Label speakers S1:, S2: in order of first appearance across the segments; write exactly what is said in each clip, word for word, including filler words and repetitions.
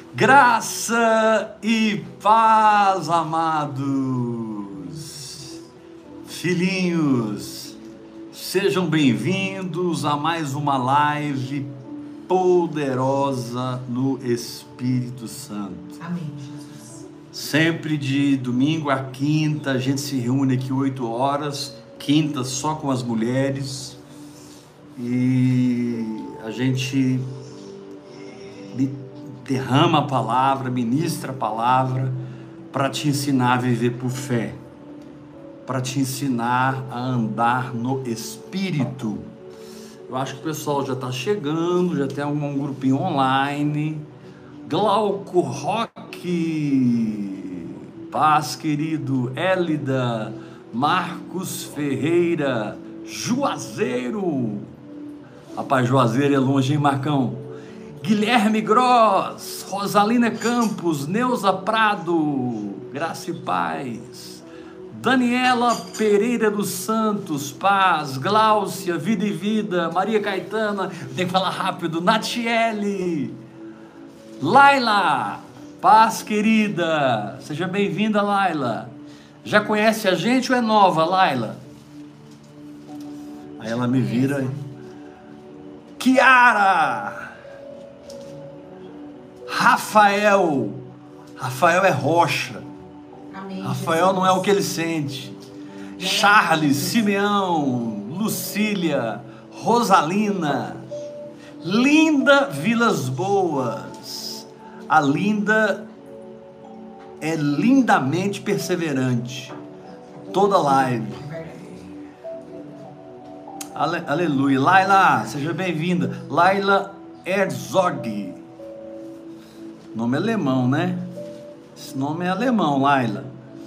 S1: Graça e paz, amados filhinhos, sejam bem-vindos a mais uma live poderosa no Espírito Santo.
S2: Amém, Jesus.
S1: Sempre de domingo a quinta, a gente se reúne aqui oito horas, quinta só com as mulheres, e a gente derrama a palavra, ministra a palavra para te ensinar a viver por fé, para te ensinar a andar no Espírito. Eu acho que o pessoal já está chegando, já tem um grupinho online. Glauco Roque, paz querido, Élida, Marcos Ferreira, Juazeiro, rapaz, Juazeiro é longe, hein, Marcão? Guilherme Gross, Rosalina Campos, Neuza Prado, graça e paz. Daniela Pereira dos Santos, paz. Gláucia, vida e vida. Maria Caetana, tem que falar rápido. Natiele, Laila, paz querida, seja bem-vinda, Laila. Já conhece a gente ou é nova, Laila? Aí ela me vira. Kiara, Rafael, Rafael é rocha.
S2: Amém,
S1: Rafael
S2: Jesus.
S1: não é o que ele sente. Charles, Simeão, Lucília, Rosalina, Linda Vilas Boas. A Linda é lindamente perseverante. Toda live. Ale, aleluia. Laila, seja bem-vinda. Laila Herzog. Nome alemão, né? Esse nome é alemão, Laila.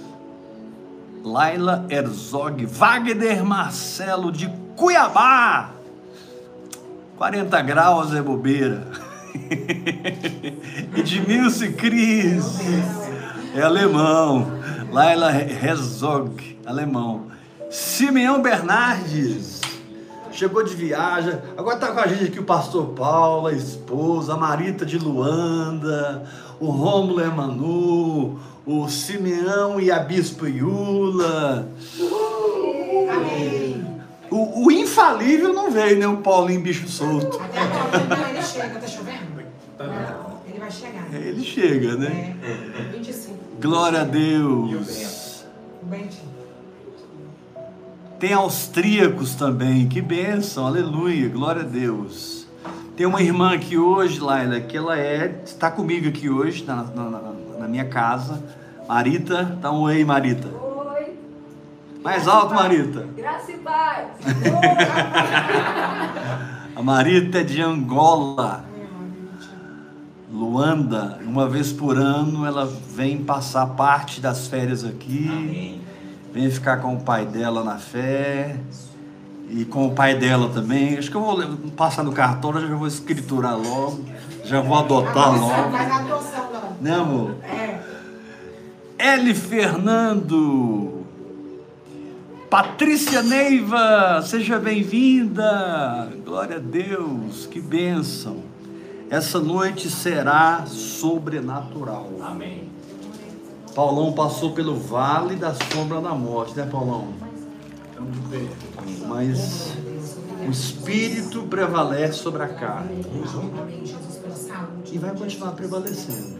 S1: Laila Herzog. Wagner Marcelo de Cuiabá. quarenta graus é bobeira. Edmilson Cris. É alemão. Laila Herzog, alemão. Simeão Bernardes. Chegou de viagem, agora está com a gente aqui o pastor Paulo, a esposa, a Marita de Luanda, o Rômulo Emanu, o Simeão e a Bispo Iula.
S2: Amém.
S1: O, o infalível não veio, né? O Paulinho bicho solto.
S2: Até agora, ele chega, tá chovendo? Não, ele vai chegar.
S1: Ele chega, né?
S2: É, vinte e cinco.
S1: Glória a Deus.
S2: O Bentinho.
S1: Tem austríacos também, que bênção, aleluia, glória a Deus. Tem uma irmã aqui hoje, Laila, que ela é, está comigo aqui hoje, na, na, na, na minha casa. Marita, dá um oi, Marita.
S3: Oi.
S1: Mais alto, Marita.
S3: Graça e paz.
S1: A Marita é de Angola, Luanda. Uma vez por ano ela vem passar parte das férias aqui. Amém. Vem ficar com o pai dela na fé e com o pai dela também. Acho que eu vou passar no cartório, já vou escriturar logo, já vou adotar logo.
S2: Faz a adoção, não.
S1: Né, amor?
S2: É.
S1: Eli Fernando, Patrícia Neiva, seja bem-vinda. Glória a Deus, que bênção. Essa noite será sobrenatural. Amém. Paulão passou pelo vale da sombra da morte, né, Paulão? Mas o Espírito prevalece sobre a carne.
S2: Amém, Jesus, pela saúde.
S1: E vai continuar prevalecendo.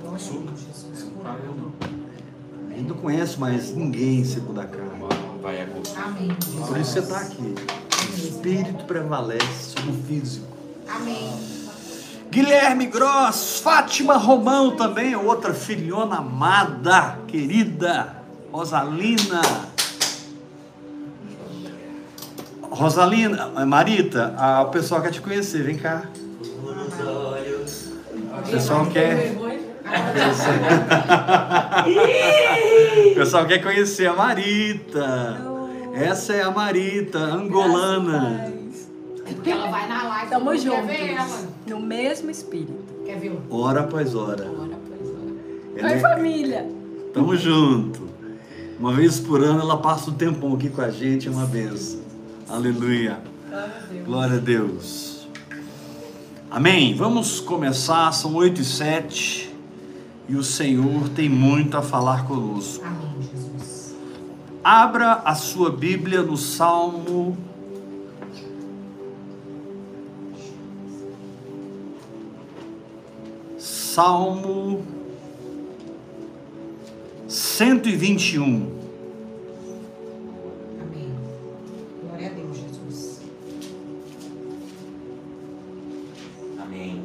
S1: A gente não conhece mais ninguém segundo a carne.
S2: Amém.
S1: Por isso você está aqui. O Espírito prevalece sobre o físico.
S2: Amém.
S1: Guilherme Gross, Fátima Romão também, outra filhona amada, querida, Rosalina. Rosalina, Marita, a, o pessoal quer te conhecer, vem cá. O pessoal quer... O pessoal quer conhecer a Marita. Essa é a Marita, angolana.
S2: Porque ela vai na live.
S3: Tamo
S2: quer
S3: juntos.
S2: ver ela.
S3: No mesmo espírito.
S2: Quer ver?
S1: Hora após hora.
S3: Hora após hora.
S1: Ela
S3: Oi,
S1: é-
S3: família.
S1: Tamo junto. Uma vez por ano ela passa um tempão aqui com a gente, é uma benção. Aleluia. Glória a Deus. Amém. Vamos começar, são oito e sete. e o Senhor tem muito a falar conosco.
S2: Amém, Jesus.
S1: Abra a sua Bíblia no Salmo Salmo cento e vinte e um.
S2: Amém. Glória a Deus, Jesus.
S4: Amém.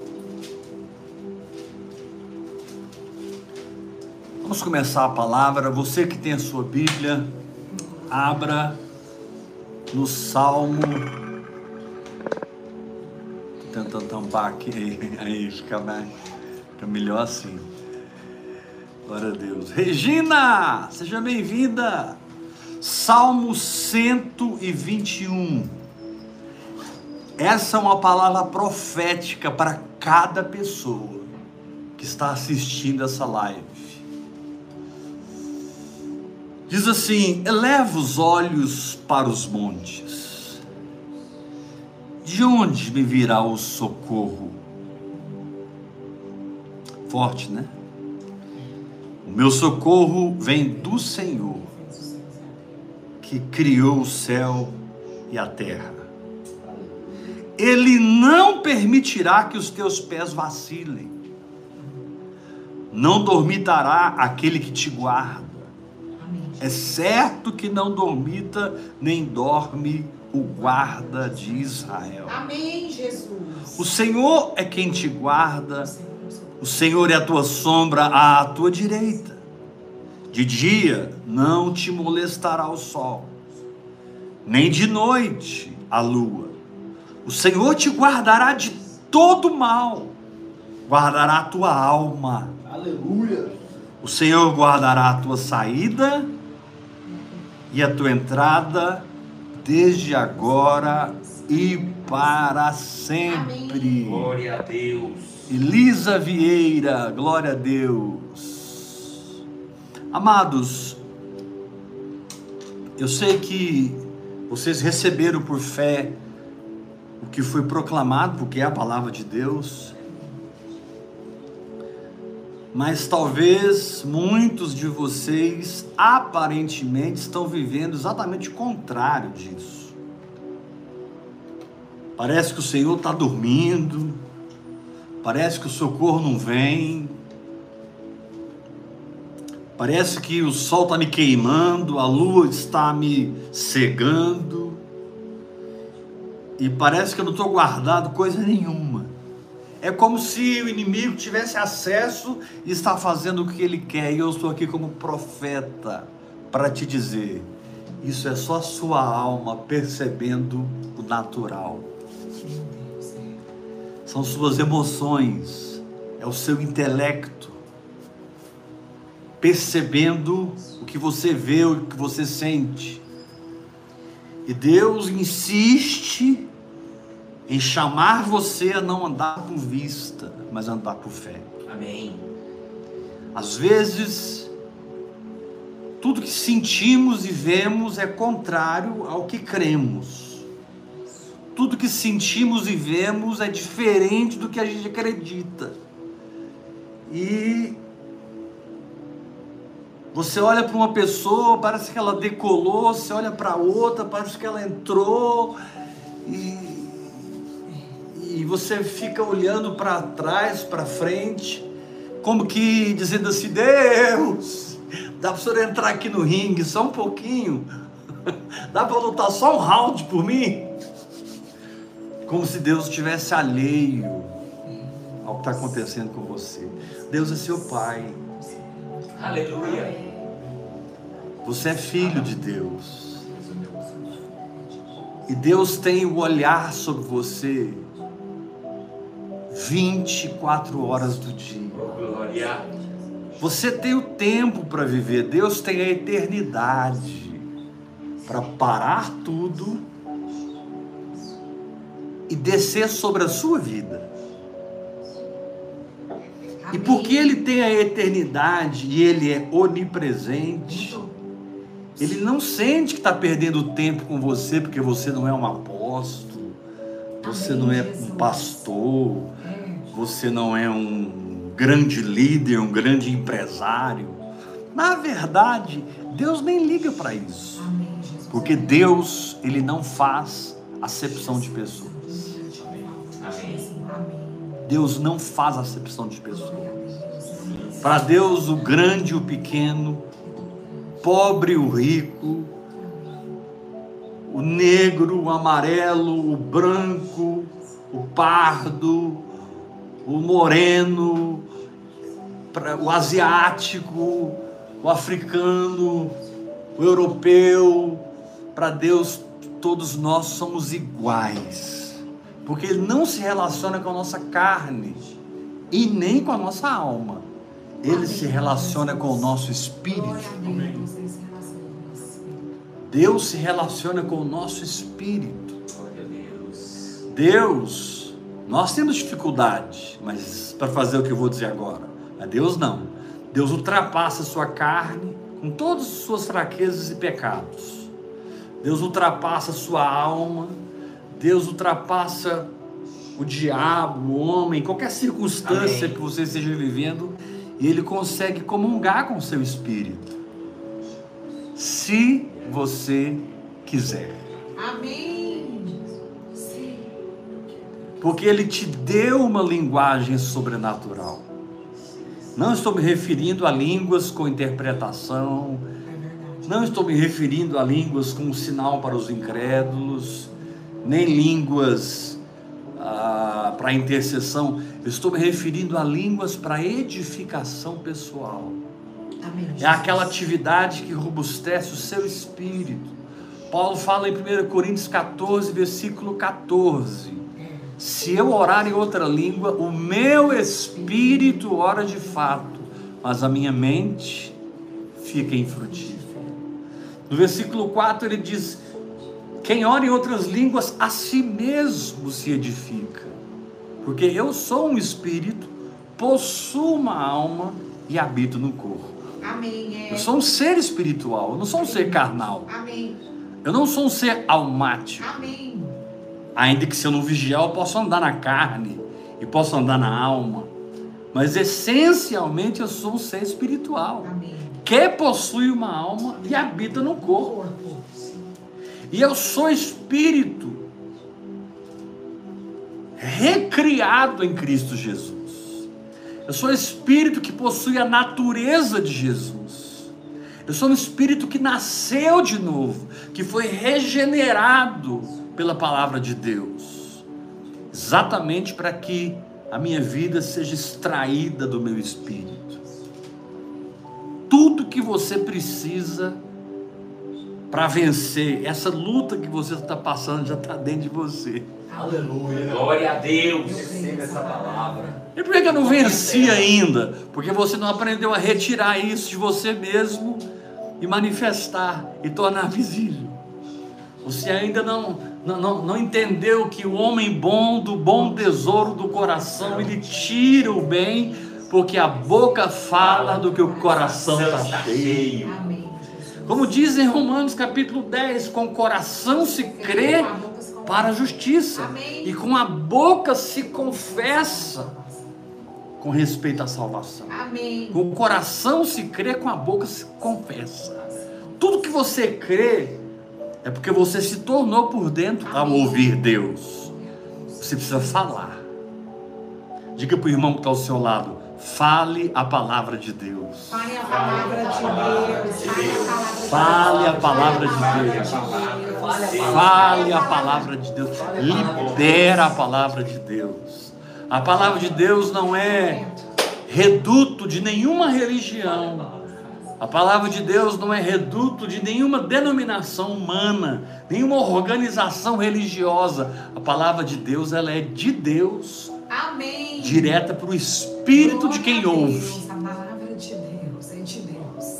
S1: Vamos começar a palavra. Você que tem a sua Bíblia, abra no Salmo. Tô tentando tampar aqui, aí, aí fica, mais, fica melhor assim. Glória a Deus. Regina, seja bem-vinda. Salmo cento e vinte e um. Essa é uma palavra profética para cada pessoa que está assistindo essa live. Diz assim: eleva os olhos para os montes. De onde me virá o socorro? Forte, né? O meu socorro vem do Senhor, que criou o céu e a terra. Ele não permitirá que os teus pés vacilem. Não dormitará aquele que te guarda. É certo que não dormita, nem dorme o guarda de Israel.
S2: Amém, Jesus.
S1: O Senhor é quem te guarda. O Senhor é a tua sombra à tua direita. De dia não te molestará o sol, nem de noite a lua. O Senhor te guardará de todo mal, guardará a tua alma.
S4: Aleluia.
S1: O Senhor guardará a tua saída e a tua entrada, desde agora e para sempre.
S4: Glória a Deus.
S1: Elisa Vieira, glória a Deus. Amados, eu sei que vocês receberam por fé o que foi proclamado, porque é a palavra de Deus. Mas talvez muitos de vocês aparentemente estão vivendo exatamente o contrário disso. Parece que o Senhor está dormindo, parece que o socorro não vem, parece que o sol está me queimando, a lua está me cegando, e parece que eu não estou guardado coisa nenhuma. É como se o inimigo tivesse acesso e está fazendo o que ele quer. E eu estou aqui como profeta para te dizer: isso é só a sua alma percebendo o natural. São suas emoções, é o seu intelecto percebendo o que você vê, o que você sente. E Deus insiste em chamar você a não andar por vista, mas andar por fé.
S4: Amém.
S1: Às vezes, tudo que sentimos e vemos é contrário ao que cremos. Tudo que sentimos e vemos é diferente do que a gente acredita. E você olha para uma pessoa, parece que ela decolou, você olha para outra, parece que ela entrou, e E você fica olhando para trás, para frente, como que dizendo assim: Deus, dá para o senhor entrar aqui no ringue só um pouquinho? Dá para lutar só um round por mim? Como se Deus estivesse alheio ao que está acontecendo com você. Deus é seu pai.
S4: Aleluia.
S1: Você é filho de Deus. E Deus tem o olhar sobre você vinte e quatro horas do dia.
S4: Glória.
S1: Você tem o tempo para viver. Deus tem a eternidade para parar tudo e descer sobre a sua vida.
S2: Amém.
S1: E porque Ele tem a eternidade e Ele é onipresente, Ele não sente que está perdendo tempo com você, porque você não é um apóstolo, você
S2: Amém,
S1: não é
S2: Jesus.
S1: um pastor,
S2: É.
S1: você não é um grande líder, um grande empresário. Na verdade, Deus nem liga para isso. Porque Deus, Ele não faz acepção de pessoas. Deus não faz acepção de pessoas. Para Deus, o grande e o pequeno, o pobre e o rico, o negro, o amarelo, o branco, o pardo, o moreno, o asiático, o africano, o europeu, para Deus todos nós somos iguais, porque Ele não se relaciona com a nossa carne e nem com a nossa alma. Ele se relaciona com o nosso espírito. Deus se relaciona com o nosso espírito. Deus, nós temos dificuldade, mas para fazer o que eu vou dizer agora, mas Deus não. Deus ultrapassa a sua carne com todas as suas fraquezas e pecados. Deus ultrapassa a sua alma. Deus ultrapassa o diabo, o homem, qualquer circunstância Amém. Que você esteja vivendo, e Ele consegue comungar com o seu espírito, se você quiser.
S2: Amém. Sim.
S1: Porque Ele te deu uma linguagem sobrenatural. Não estou me referindo a línguas com interpretação, não estou me referindo a línguas com um sinal para os incrédulos, nem línguas ah, para intercessão. Eu estou me referindo a línguas para edificação pessoal.
S2: Amém.
S1: É aquela atividade que robustece o seu espírito. Paulo fala em primeira Coríntios catorze, versículo catorze. Se eu orar em outra língua, o meu espírito ora de fato, mas a minha mente fica infrutífera. No versículo quatro ele diz: quem ora em outras línguas, a si mesmo se edifica. Porque eu sou um espírito, possuo uma alma e habito no corpo.
S2: Amém. É.
S1: Eu sou um ser espiritual, eu não sou um ser carnal.
S2: Amém.
S1: Eu não sou um ser almático.
S2: Amém.
S1: Ainda que se eu não vigiar, eu posso andar na carne e posso andar na alma. Mas essencialmente eu sou um ser espiritual.
S2: Amém.
S1: Que possui uma alma e habita no corpo. E eu sou espírito recriado em Cristo Jesus. Eu sou espírito que possui a natureza de Jesus. Eu sou um espírito que nasceu de novo, que foi regenerado pela palavra de Deus, exatamente para que a minha vida seja extraída do meu espírito. Tudo que você precisa para vencer essa luta que você está passando já está dentro de você.
S4: Aleluia. Glória a Deus.
S3: Receba essa palavra.
S1: E por que eu não venci ainda? Porque você não aprendeu a retirar isso de você mesmo e manifestar e tornar visível. Você ainda não, não, não, não entendeu que o homem bom, do bom tesouro do coração, ele tira o bem, porque a boca fala do que o coração está cheio.
S2: Amém.
S1: Como diz em Romanos capítulo dez, com o coração se crê para a justiça,
S2: Amém.
S1: e com a boca se confessa com respeito à salvação.
S2: Amém.
S1: Com o coração se crê, com a boca se confessa. Tudo que você crê é porque você se tornou por dentro ao ouvir Deus. Você precisa falar. Diga para o irmão que está ao seu lado: fale a palavra de Deus.
S2: Fale a palavra de Deus.
S1: Fale a palavra de Deus. Fale a palavra de Deus. Libera a palavra de Deus. A palavra de Deus não é reduto de nenhuma religião. A palavra de Deus não é reduto de nenhuma denominação humana, nenhuma organização religiosa. A palavra de Deus, ela é de Deus.
S2: Amém.
S1: Direta para o espírito de quem ouve.
S2: A palavra de Deus é de Deus.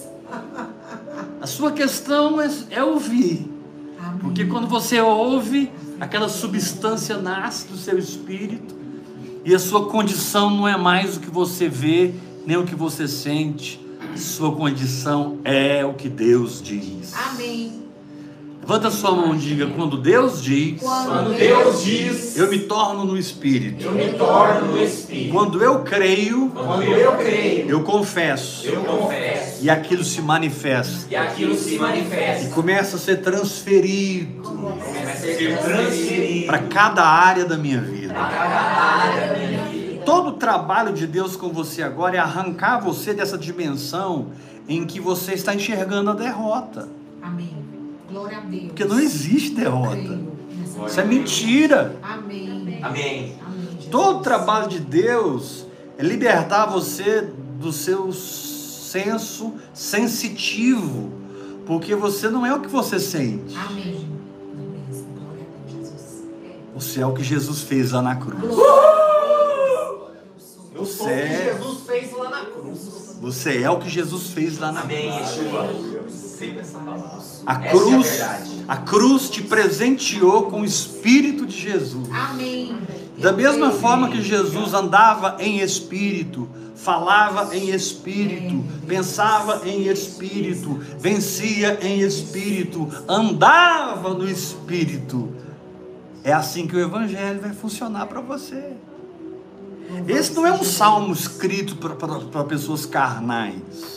S1: A sua questão é, é ouvir.
S2: Amém.
S1: Porque quando você ouve, aquela substância nasce do seu espírito, e a sua condição não é mais o que você vê, nem o que você sente. Sua condição é o que Deus diz.
S2: Amém.
S1: Levanta sua mão e diga: quando Deus diz,
S4: Quando Deus diz,
S1: eu me torno no Espírito.
S4: eu me torno no Espírito.
S1: Quando eu creio,
S4: Quando eu creio,
S1: eu confesso.
S4: eu confesso.
S1: E aquilo se manifesta.
S4: E aquilo se
S1: E
S4: manifesta.
S1: começa a ser transferido
S4: Começa a ser transferido
S1: para cada área da minha vida.
S4: para cada área da minha vida.
S1: Todo o trabalho de Deus com você agora é arrancar você dessa dimensão em que você está enxergando a derrota.
S2: Amém. Glória a Deus.
S1: Porque não existe derrota.
S2: Creio nessa
S1: Isso é mentira.
S2: Amém.
S4: Amém.
S2: Amém, Jesus.
S1: Todo o trabalho de Deus é libertar você do seu senso sensitivo, porque você não é o que você sente.
S2: Amém. Amém. Glória a Deus, Jesus.
S1: Você é o que Jesus fez lá na cruz.
S3: Eu sou o
S1: Você
S3: que
S1: é,
S3: Jesus fez lá na cruz.
S1: você é o que Jesus fez lá na cruz.
S4: Amém, Yeshua.
S3: Eu sei essa palavra.
S1: A
S4: Essa é a
S1: cruz,
S4: verdade.
S1: a cruz te presenteou com o Espírito de Jesus.
S2: Amém.
S1: Da mesma forma que Jesus andava em espírito, falava em espírito, pensava em espírito, vencia em espírito, andava no espírito. É assim que o evangelho vai funcionar para você. Esse não é um salmo escrito para pessoas carnais.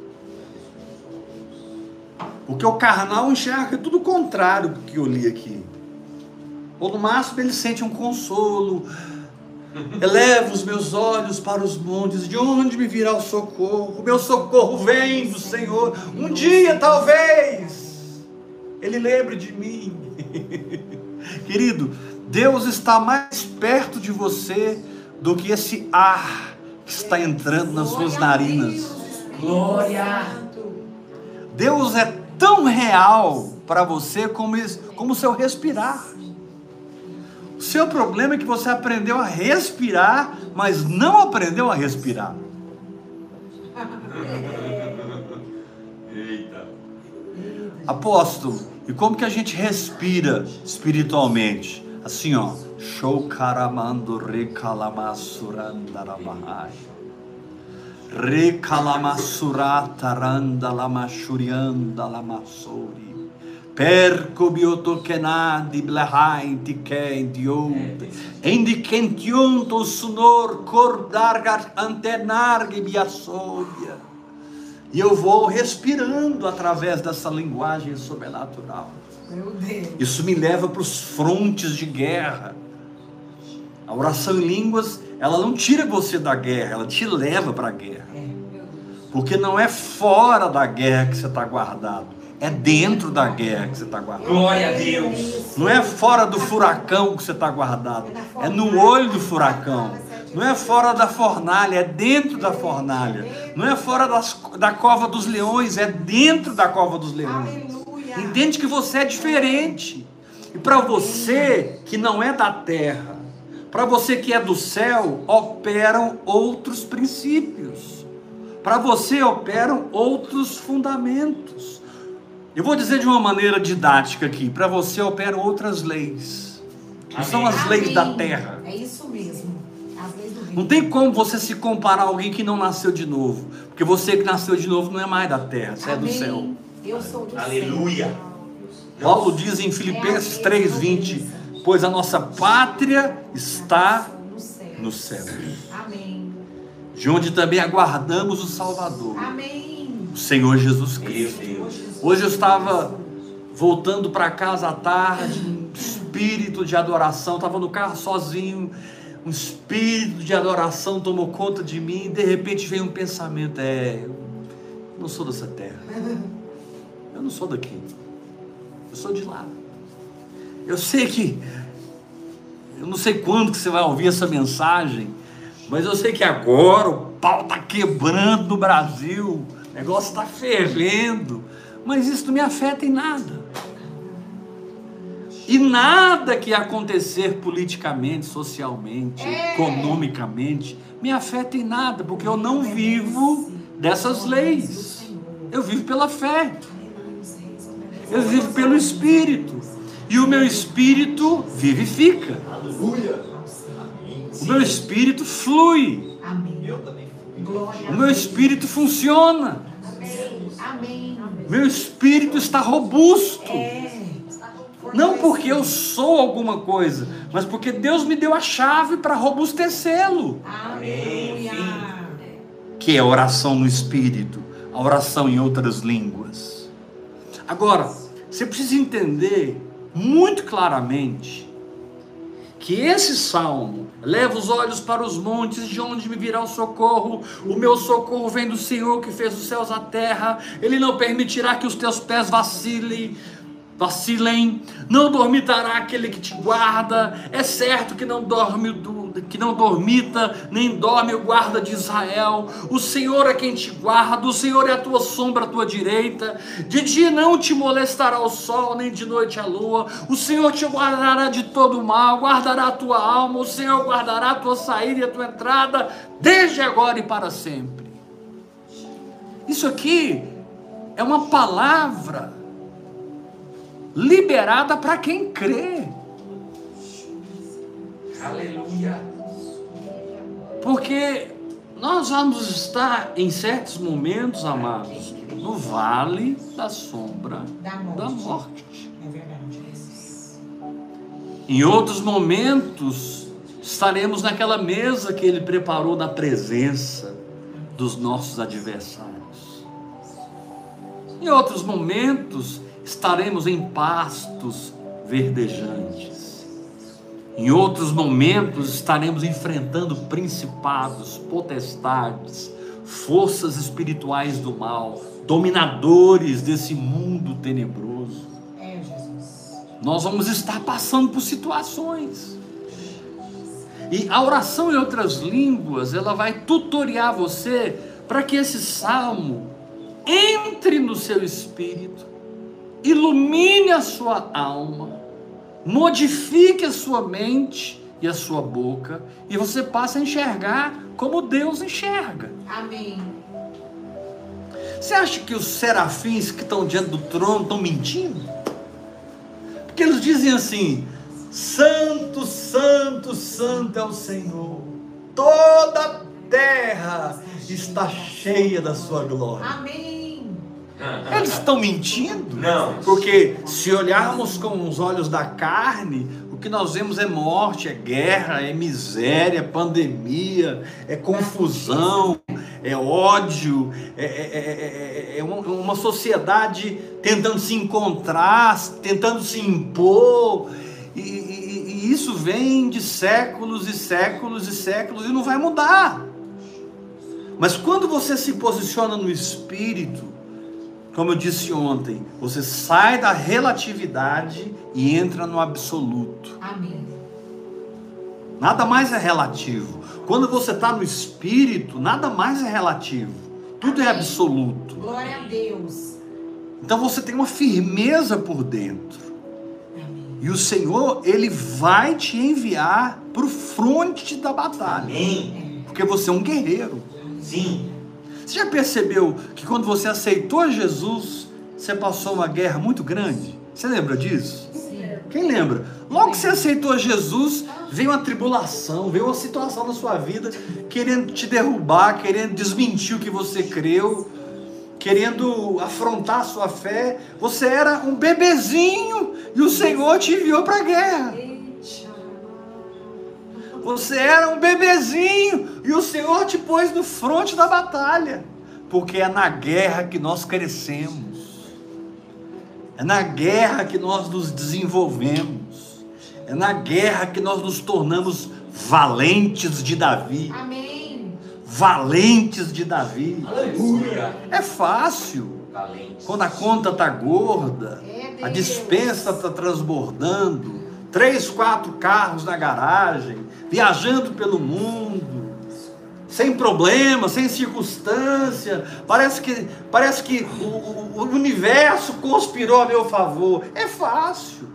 S1: Porque o carnal enxerga tudo o contrário do que eu li aqui. Ou no máximo ele sente um consolo. Eleva os meus olhos para os montes, de onde me virá o socorro? O meu socorro vem do Senhor. Um dia talvez Ele lembre de mim. Querido, Deus está mais perto de você do que esse ar que está entrando nas suas narinas.
S4: Glória.
S1: Deus é tão real para você como o seu respirar. O seu problema é que você aprendeu a respirar, mas não aprendeu a respirar.
S4: Eita.
S1: Apóstolo, e como que a gente respira espiritualmente? Assim, ó. Shoukaramando recalamassurandarabahai. Recalamassuratarandalamachuriandalamassori. Perco biotokenadi blahai tikentiot. Indikentionto sunor cordargar anternarge biassoria. E eu vou respirando através dessa linguagem sobrenatural.
S2: Meu Deus.
S1: Isso me leva para os frontes de guerra. A oração em línguas, ela não tira você da guerra, ela te leva para a guerra. Porque não é fora da guerra que você está guardado, é dentro da guerra que você está guardado.
S4: Glória a Deus.
S1: Não é fora do furacão que você está guardado, é no olho do furacão. Não é fora da fornalha, é dentro da fornalha. Não é fora das, da cova dos leões, é dentro da cova dos leões.
S2: Aleluia.
S1: Entende que você é diferente. E para você que não é da terra, para você que é do céu, operam outros princípios. Para você operam outros fundamentos. Eu vou dizer de uma maneira didática aqui. Para você operam outras leis. Não são as leis
S2: Amém.
S1: da terra.
S2: É isso mesmo. As leis do reino.
S1: Não tem como você se comparar a alguém que não nasceu de novo. Porque você que nasceu de novo não é mais da terra, você é do
S2: Amém.
S1: céu.
S2: Eu sou do
S4: Aleluia.
S2: céu.
S1: Paulo diz em Filipenses três, vinte: pois a nossa pátria está
S2: No céu.
S1: no céu,
S2: Amém.
S1: de onde também aguardamos o Salvador,
S2: Amém.
S1: o Senhor Jesus
S4: Meu
S1: Cristo.
S4: Deus.
S1: Hoje eu estava voltando para casa à tarde, um espírito de adoração, estava no carro sozinho, um espírito de adoração tomou conta de mim, e de repente veio um pensamento: é, eu não sou dessa terra, eu não sou daqui, eu sou de lá. Eu sei que, eu não sei quando que você vai ouvir essa mensagem, mas eu sei que agora o pau está quebrando no Brasil, o negócio está fervendo, mas isso não me afeta em nada. E nada que acontecer politicamente, socialmente, economicamente, me afeta em nada, porque eu não vivo dessas leis. Eu vivo pela fé. Eu vivo pelo Espírito. E o meu Espírito vivifica.
S3: Aleluia.
S1: O meu Espírito flui.
S2: Amém.
S3: Eu também fui.
S2: Glória
S1: O meu Espírito funciona.
S2: Amém. Amém.
S1: Meu Espírito está robusto.
S2: É.
S1: Não porque eu sou alguma coisa, mas porque Deus me deu a chave para robustecê-lo.
S2: Aleluia.
S1: Que é a oração no Espírito, a oração em outras línguas. Agora, você precisa entender muito claramente que esse salmo, leva os olhos para os montes, de onde me virá o socorro, o meu socorro vem do Senhor que fez os céus e a terra, Ele não permitirá que os teus pés vacilem, vacilem, não dormitará aquele que te guarda, é certo que não dorme, que não dormita, nem dorme o guarda de Israel, o Senhor é quem te guarda, o Senhor é a tua sombra à tua direita, de dia não te molestará o sol, nem de noite a lua, o Senhor te guardará de todo o mal, guardará a tua alma, o Senhor guardará a tua saída e a tua entrada, desde agora e para sempre. Isso aqui é uma palavra liberada para quem crê.
S4: Aleluia.
S1: Porque nós vamos estar em certos momentos, amados, no vale da sombra
S2: Da morte.
S1: da morte.
S2: É verdade.
S1: Em outros momentos, estaremos naquela mesa que Ele preparou na presença dos nossos adversários. Em outros momentos, estaremos em pastos verdejantes. Em outros momentos, estaremos enfrentando principados, potestades, forças espirituais do mal, dominadores desse mundo tenebroso.
S2: É, Jesus.
S1: Nós vamos estar passando por situações. E a oração em outras línguas, ela vai tutoriar você para que esse salmo entre no seu espírito, ilumine a sua alma, modifique a sua mente e a sua boca, e você passa a enxergar como Deus enxerga.
S2: Amém.
S1: Você acha que os serafins que estão diante do trono estão mentindo? Porque eles dizem assim: santo, santo, santo é o Senhor, toda a terra está cheia da sua glória.
S2: Amém.
S1: Eles estão mentindo?
S4: Não.
S1: Porque se olharmos com os olhos da carne, o que nós vemos é morte, é guerra, é miséria, é pandemia, é confusão, é ódio, é, é, é, é uma, uma sociedade tentando se encontrar, tentando se impor, e, e, e isso vem de séculos e séculos e séculos e não vai mudar. Mas quando você se posiciona no Espírito, como eu disse ontem, você sai da relatividade e entra no absoluto.
S2: Amém.
S1: Nada mais é relativo. Quando você está no Espírito, nada mais é relativo. Tudo é
S2: Amém.
S1: absoluto.
S2: Glória a Deus.
S1: Então você tem uma firmeza por dentro.
S2: Amém.
S1: E o Senhor, Ele vai te enviar para o fronte da batalha.
S4: Amém.
S1: Porque você é um guerreiro.
S4: Sim.
S1: Você já percebeu que quando você aceitou Jesus, você passou uma guerra muito grande? Você lembra disso?
S2: Sim.
S1: Quem lembra? Logo que você aceitou Jesus, veio uma tribulação, veio uma situação na sua vida, querendo te derrubar, querendo desmentir o que você creu, querendo afrontar a sua fé. Você era um bebezinho e o Senhor te enviou para a guerra. Você era um bebezinho e o Senhor te pôs no fronte da batalha, porque é na guerra que nós crescemos, é na guerra que nós nos desenvolvemos, é na guerra que nós nos tornamos valentes de Davi.
S2: Amém.
S1: Valentes de Davi.
S4: Aleluia.
S1: É fácil
S4: Valente.
S1: quando a conta está gorda, a despensa está transbordando, três, quatro carros na garagem, viajando pelo mundo, sem problema, sem circunstância, parece que, parece que o, o, o universo conspirou a meu favor. É fácil.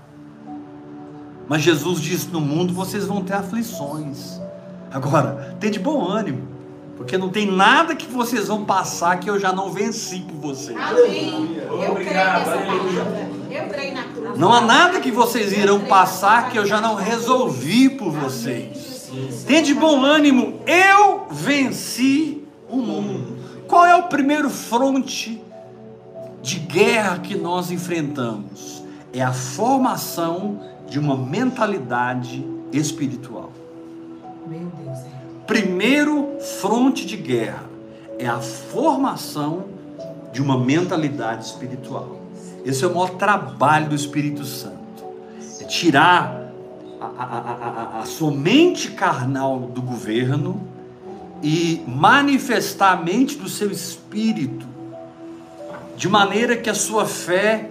S1: Mas Jesus disse: no mundo vocês vão ter aflições. Agora, tem de bom ânimo, porque não tem nada que vocês vão passar que eu já não venci por vocês.
S2: Amém. Eu creio
S4: Obrigado,
S2: nessa
S4: aleluia.
S2: palavra. Eu creio na cruz.
S1: Não há nada que vocês irão passar que eu já não resolvi por vocês. Tem de bom ânimo, eu venci o mundo. Qual é o primeiro fronte de guerra que nós enfrentamos? é a formação de uma mentalidade espiritual.
S2: Meu Deus, é.
S1: Primeiro fronte de guerra é a formação de uma mentalidade espiritual. Esse é o maior trabalho do Espírito Santo. É tirar a, a, a, a, a sua mente carnal do governo e manifestar a mente do seu espírito, de maneira que a sua fé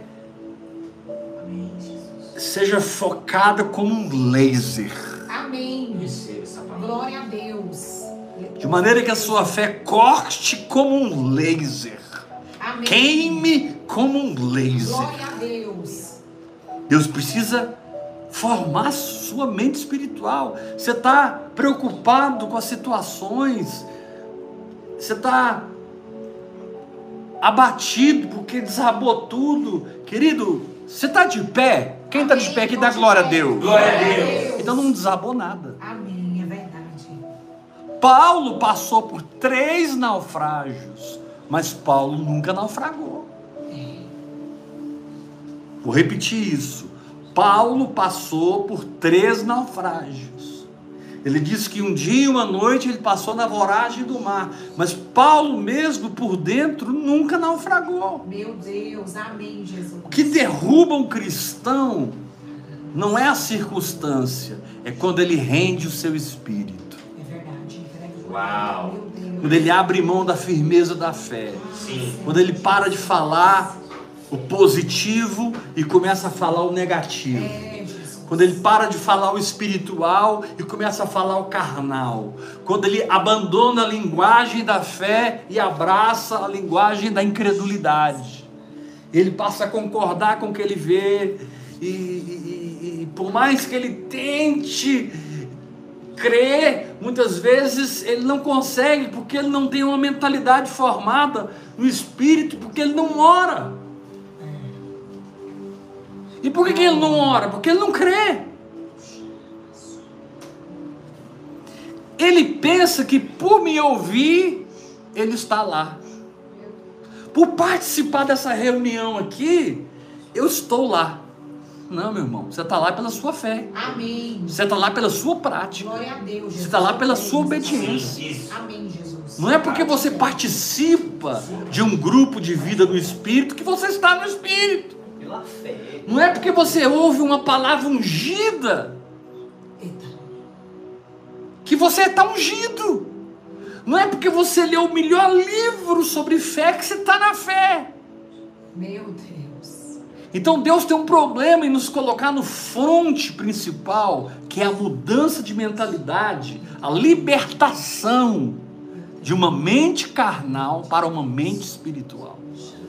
S1: seja focada como um laser.
S2: Amém.
S4: Receba essa palavra.
S2: Glória a Deus.
S1: De maneira que a sua fé corte como um laser.
S2: Amém.
S1: Queime como um laser.
S2: Glória a Deus.
S1: Deus precisa formar sua mente espiritual. Você está preocupado com as situações. Você está abatido porque desabou tudo. Querido, você está de pé? Quem está de pé aqui dá glória a Deus.
S4: Glória a Deus.
S1: Então não desabou nada.
S2: Amém, é verdade.
S1: Paulo passou por três naufrágios, mas Paulo nunca naufragou. Vou repetir isso. Paulo passou por três naufrágios. Ele disse que um dia e uma noite ele passou na voragem do mar, mas Paulo mesmo por dentro nunca naufragou.
S2: Meu Deus, amém, Jesus.
S1: O que derruba um cristão não é a circunstância, é quando ele rende o seu espírito.
S2: É verdade.
S4: Uau.
S2: Meu Deus.
S1: Quando ele abre mão da firmeza da fé.
S4: Sim.
S1: Quando ele para de falar o positivo e começa a falar o negativo.
S2: É, Jesus.
S1: Quando ele para de falar o espiritual e começa a falar o carnal. Quando ele abandona a linguagem da fé e abraça a linguagem da incredulidade. Ele passa a concordar com o que ele vê. E, e, e, e por mais que ele tente crer, muitas vezes ele não consegue, porque ele não tem uma mentalidade formada no espírito, porque ele não ora. E por que, que ele não ora? Porque ele não crê. Ele pensa que por me ouvir, ele está lá. Por participar dessa reunião aqui, eu estou lá. Não, meu irmão, você está lá pela sua fé.
S2: Amém.
S1: Você está lá pela sua prática.
S2: Glória a Deus, Jesus.
S1: Você está lá pela sua obediência.
S4: Isso.
S2: Amém, Jesus.
S1: Não é porque você participa de um grupo de vida do Espírito que você está no Espírito.
S3: Pela fé.
S1: Não é porque você ouve uma palavra ungida
S2: Eita.
S1: que você está ungido. Não é porque você leu o melhor livro sobre fé que você está na fé.
S2: Meu Deus.
S1: Então Deus tem um problema em nos colocar no fronte principal, que é a mudança de mentalidade, a libertação de uma mente carnal para uma mente espiritual.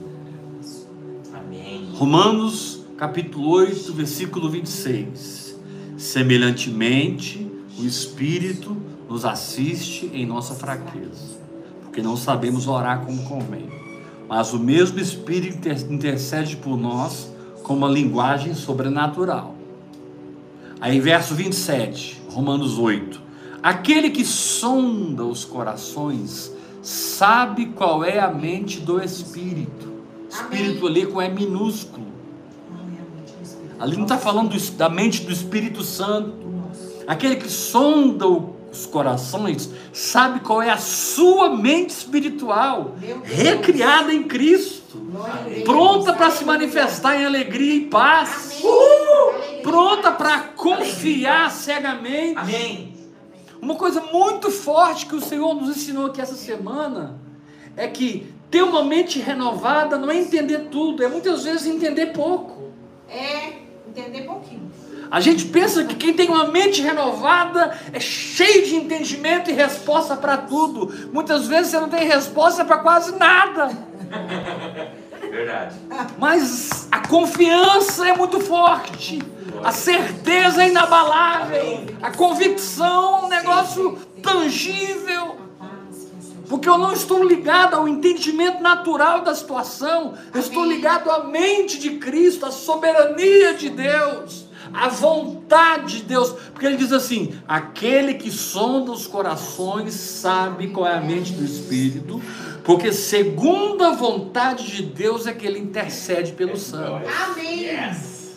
S4: Amém.
S1: Romanos capítulo oito, versículo vinte e seis. Semelhantemente, o Espírito nos assiste em nossa fraqueza, porque não sabemos orar como convém. Mas o mesmo Espírito intercede por nós com uma linguagem sobrenatural. Aí verso vinte e sete, Romanos oito. Aquele que sonda os corações sabe qual é a mente do Espírito. Espírito ali com E minúsculo. Ali não está falando do, da mente do Espírito Santo. Aquele que sonda os corações sabe qual é a sua mente espiritual, recriada em Cristo, pronta para se manifestar em alegria e paz, pronta para confiar cegamente.
S4: Amém.
S1: Uma coisa muito forte que o Senhor nos ensinou aqui essa semana é que ter uma mente renovada não é entender tudo, é muitas vezes entender pouco.
S2: É, entender pouquinho.
S1: A gente pensa que quem tem uma mente renovada é cheio de entendimento e resposta para tudo. Muitas vezes você não tem resposta para quase nada.
S4: Verdade.
S1: Mas a confiança é muito forte. A certeza é inabalável. A convicção é um negócio tangível. Porque eu não estou ligado ao entendimento natural da situação. Eu estou ligado à mente de Cristo, à soberania de Deus, à vontade de Deus. Porque ele diz assim: aquele que sonda os corações sabe qual é a mente do Espírito, porque segundo a vontade de Deus é que ele intercede pelos santos.
S2: Amém.
S4: Yes.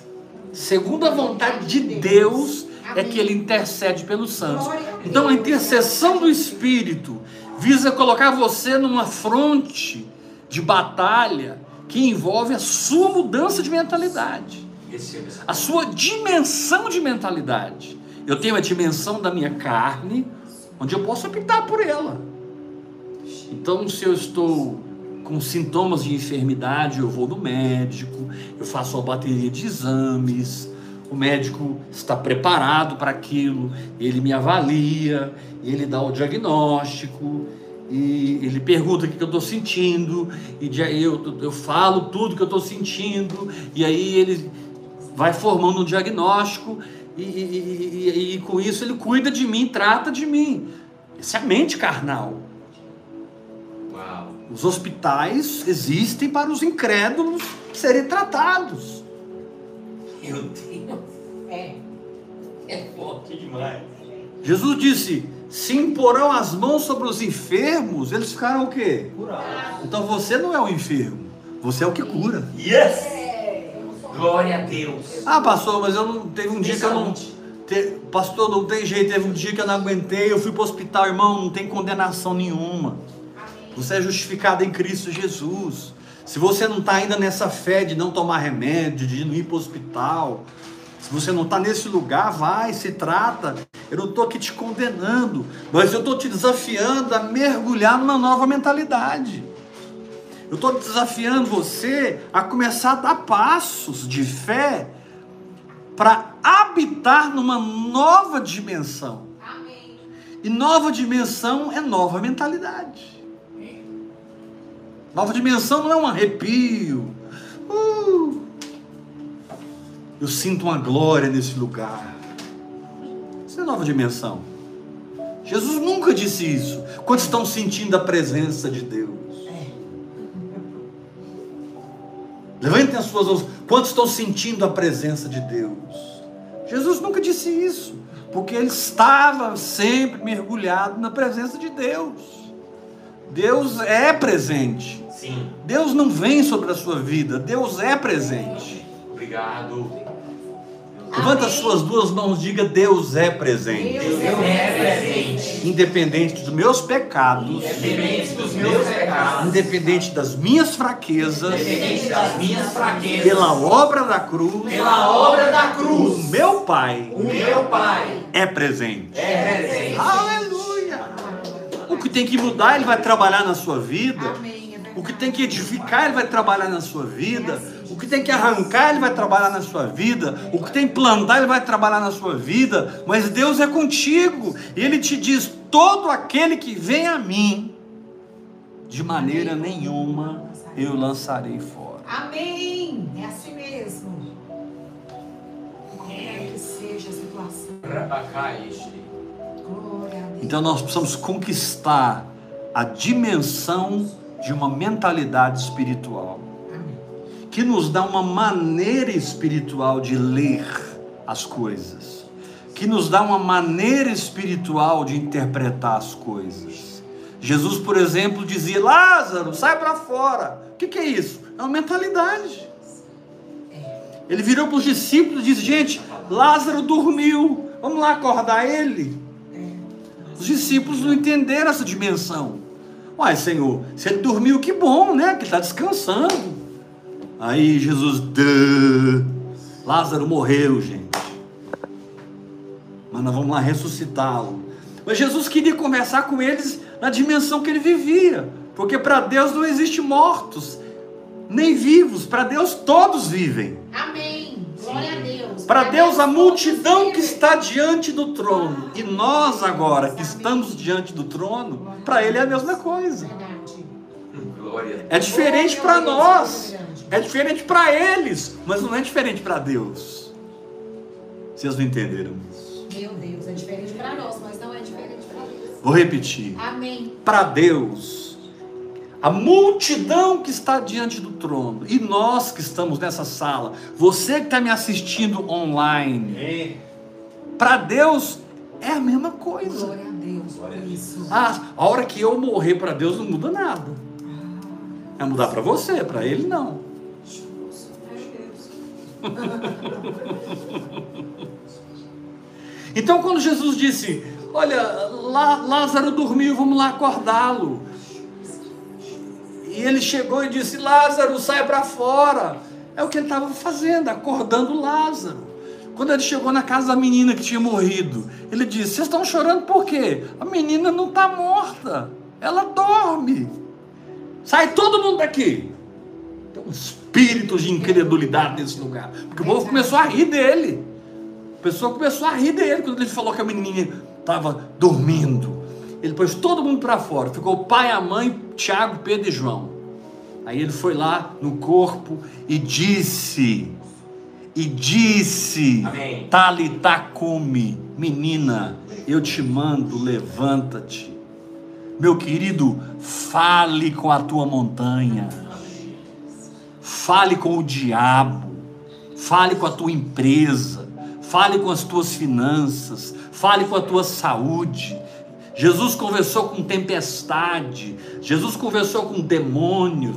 S1: Segundo a vontade de Deus é que ele intercede pelos santos. Então a intercessão do Espírito visa colocar você numa fronte de batalha que envolve a sua mudança de mentalidade, a sua dimensão de mentalidade. Eu tenho a dimensão da minha carne, onde eu posso optar por ela. Então, se eu estou com sintomas de enfermidade, eu vou no médico, eu faço uma bateria de exames, o médico está preparado para aquilo, ele me avalia, ele dá o diagnóstico, e ele pergunta o que eu estou sentindo, e eu, eu falo tudo que eu estou sentindo, e aí ele vai formando um diagnóstico, e, e, e, e com isso ele cuida de mim, trata de mim. Essa é a mente carnal.
S4: Uau.
S1: Os hospitais existem para os incrédulos serem tratados.
S4: Meu Deus.
S2: É.
S4: É forte demais.
S1: Jesus disse: se imporão as mãos sobre os enfermos, eles ficarão o quê?
S3: Curado.
S1: Então você não é o enfermo, você é o que cura.
S4: Yes! Glória a Deus.
S1: Ah, pastor, mas eu não teve um dia que eu não te, pastor, não tem jeito, teve um dia que eu não aguentei, eu fui para o hospital, irmão, não tem condenação nenhuma. Você é justificado em Cristo Jesus. Se você não está ainda nessa fé de não tomar remédio, de não ir para o hospital, se você não está nesse lugar, vai, se trata. Eu não estou aqui te condenando, mas eu estou te desafiando a mergulhar numa nova mentalidade. Eu estou desafiando você a começar a dar passos de fé para habitar numa nova dimensão.
S2: Amém.
S1: E nova dimensão é nova mentalidade. Nova dimensão não é um arrepio. Uh, eu sinto uma glória nesse lugar. Isso é nova dimensão. Jesus nunca disse isso. Quando estão sentindo a presença de Deus. Levantem as suas mãos. Quantos estão sentindo a presença de Deus? Jesus nunca disse isso, porque ele estava sempre mergulhado na presença de Deus. Deus é presente.
S4: Sim.
S1: Deus não vem sobre a sua vida, Deus é presente.
S4: Obrigado.
S1: Levanta as suas duas mãos, diga: Deus é presente.
S2: Deus
S4: Deus é presente.
S1: Independente dos meus pecados,
S4: Independente dos meus pecados.
S1: independente das minhas fraquezas,
S4: Independente das minhas fraquezas.
S1: pela obra da cruz,
S4: Pela obra da
S1: o
S4: cruz.
S1: meu Pai
S4: O meu Pai
S1: é presente.
S4: é presente.
S1: Aleluia! O que tem que mudar, ele vai trabalhar na sua vida.
S2: Amém. É verdade.
S1: O que tem que edificar, ele vai trabalhar na sua vida. O que tem que arrancar, ele vai trabalhar na sua vida. O que tem que plantar, ele vai trabalhar na sua vida. Mas Deus é contigo. E ele te diz: todo aquele que vem a mim, de maneira nenhuma eu lançarei fora.
S2: Amém. É assim mesmo. Qualquer que seja a situação. Glória a Deus.
S1: Então nós precisamos conquistar a dimensão de uma mentalidade espiritual, que nos dá uma maneira espiritual de ler as coisas, que nos dá uma maneira espiritual de interpretar as coisas. Jesus, por exemplo, dizia: Lázaro, sai para fora. O que, que é isso? É uma mentalidade. Ele virou para os discípulos e disse: gente, Lázaro dormiu, vamos lá acordar ele. Os discípulos não entenderam essa dimensão. Uai, Senhor, se ele dormiu, que bom, né? Que ele está descansando. Aí Jesus, Duh, Lázaro morreu, gente. Mas nós vamos lá ressuscitá-lo. Mas Jesus queria conversar com eles na dimensão que ele vivia. Porque para Deus não existe mortos, nem vivos. Para Deus todos vivem.
S2: Amém. Glória a Deus.
S1: Para Deus a multidão que está diante do trono. E nós agora que estamos diante do trono, para Ele é a mesma coisa.
S2: Verdade.
S4: Glória.
S1: É diferente para nós. É diferente para eles, mas não é diferente para Deus. Vocês não entenderam isso?
S2: Meu Deus, é diferente para nós, mas não é diferente para Deus.
S1: Vou repetir.
S2: Amém.
S1: Para Deus, a multidão que está diante do trono, e nós que estamos nessa sala, você que está me assistindo online, para Deus é a mesma coisa.
S2: Glória a Deus por isso.
S1: Ah, a hora que eu morrer, para Deus não muda nada. É mudar para você, para Ele não. Então quando Jesus disse, olha, Lá- Lázaro dormiu, vamos lá acordá-lo. E ele chegou e disse, Lázaro, sai para fora. É o que ele estava fazendo, acordando Lázaro. Quando ele chegou na casa da menina que tinha morrido, ele disse, vocês estão chorando por quê? A menina não está morta, ela dorme. Sai todo mundo daqui. Tem um espírito de incredulidade nesse lugar, porque o povo começou a rir dele. A pessoa começou a rir dele quando ele falou que a menina estava dormindo. Ele pôs todo mundo para fora, ficou o pai, a mãe, Tiago, Pedro e João. Aí ele foi lá no corpo e disse, e disse,
S4: Amém.
S1: Talita cumi, menina, eu te mando, levanta-te. Meu querido, fale com a tua montanha, fale com o diabo, fale com a tua empresa, fale com as tuas finanças, fale com a tua saúde. Jesus conversou com tempestade, Jesus conversou com demônios,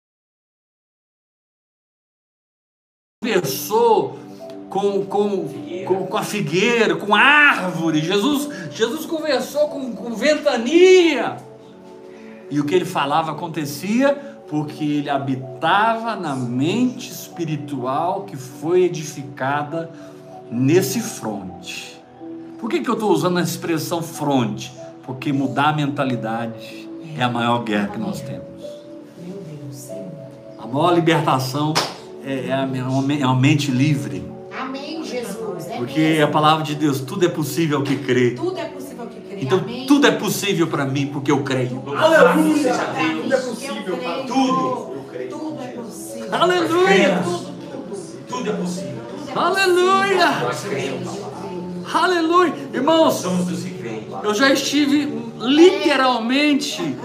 S1: conversou com, com, com, com a figueira, com a árvore, Jesus, Jesus conversou com, com ventania, e o que ele falava acontecia, porque ele habitava na mente espiritual que foi edificada nesse fronte. Por que que eu estou usando a expressão fronte? Porque mudar a mentalidade é a maior guerra que nós temos.
S2: Meu Deus, Senhor.
S1: A maior libertação é, é, a, é uma mente livre.
S2: Amém, Jesus. É
S1: Porque
S2: mesmo.
S1: a palavra de Deus, tudo é possível ao que crê.
S2: Tudo é possível que crê.
S1: Então
S2: Amém.
S1: tudo é possível para mim porque eu creio.
S3: Aleluia!
S4: Seja
S2: Pra
S4: Deus.
S2: mim,
S3: Tudo é
S2: eu
S3: possível,
S2: creio.
S3: Pai.
S4: Tudo. Eu creio.
S2: Tudo é possível.
S1: Aleluia!
S2: Tudo, tudo.
S4: Tudo é possível.
S2: Tudo é
S1: Aleluia!
S4: Nós cremos.
S2: possível.
S1: Aleluia! Irmãos,
S4: Somos dos que creem.
S1: eu já estive literalmente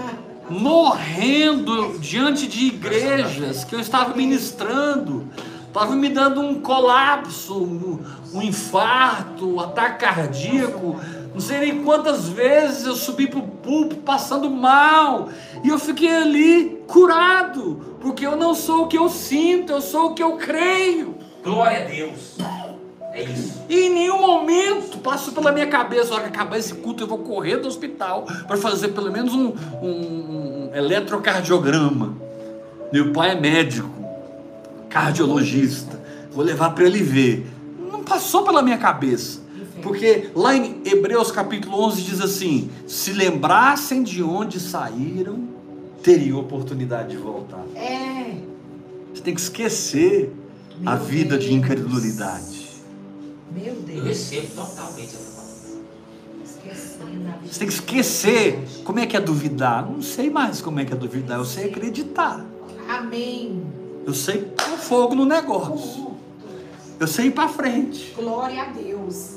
S1: morrendo diante de igrejas que eu estava ministrando, estava me dando um colapso, um, um infarto, um ataque cardíaco, não sei nem quantas vezes eu subi para o púlpito passando mal, e eu fiquei ali curado, porque eu não sou o que eu sinto, eu sou o que eu creio.
S4: Glória a Deus. É isso.
S1: E em nenhum momento passou pela minha cabeça, a hora que acabar esse culto eu vou correr do hospital para fazer pelo menos um, um, um eletrocardiograma. Meu pai é médico, cardiologista, vou levar para ele ver. Não passou pela minha cabeça, porque lá em Hebreus capítulo onze diz assim, se lembrassem de onde saíram, teriam oportunidade de voltar.
S2: É.
S1: Você tem que esquecer a
S2: Meu
S1: vida de
S2: Deus.
S1: incredulidade.
S2: Meu
S4: Eu
S2: Deus.
S4: recebo totalmente essa palavra.
S2: Esquecendo a vida.
S1: Você tem que esquecer como é que é duvidar. Não sei mais como é que é duvidar, eu sei acreditar.
S2: Amém.
S1: Eu sei pôr fogo no negócio. Eu sei ir para frente.
S2: Glória a Deus.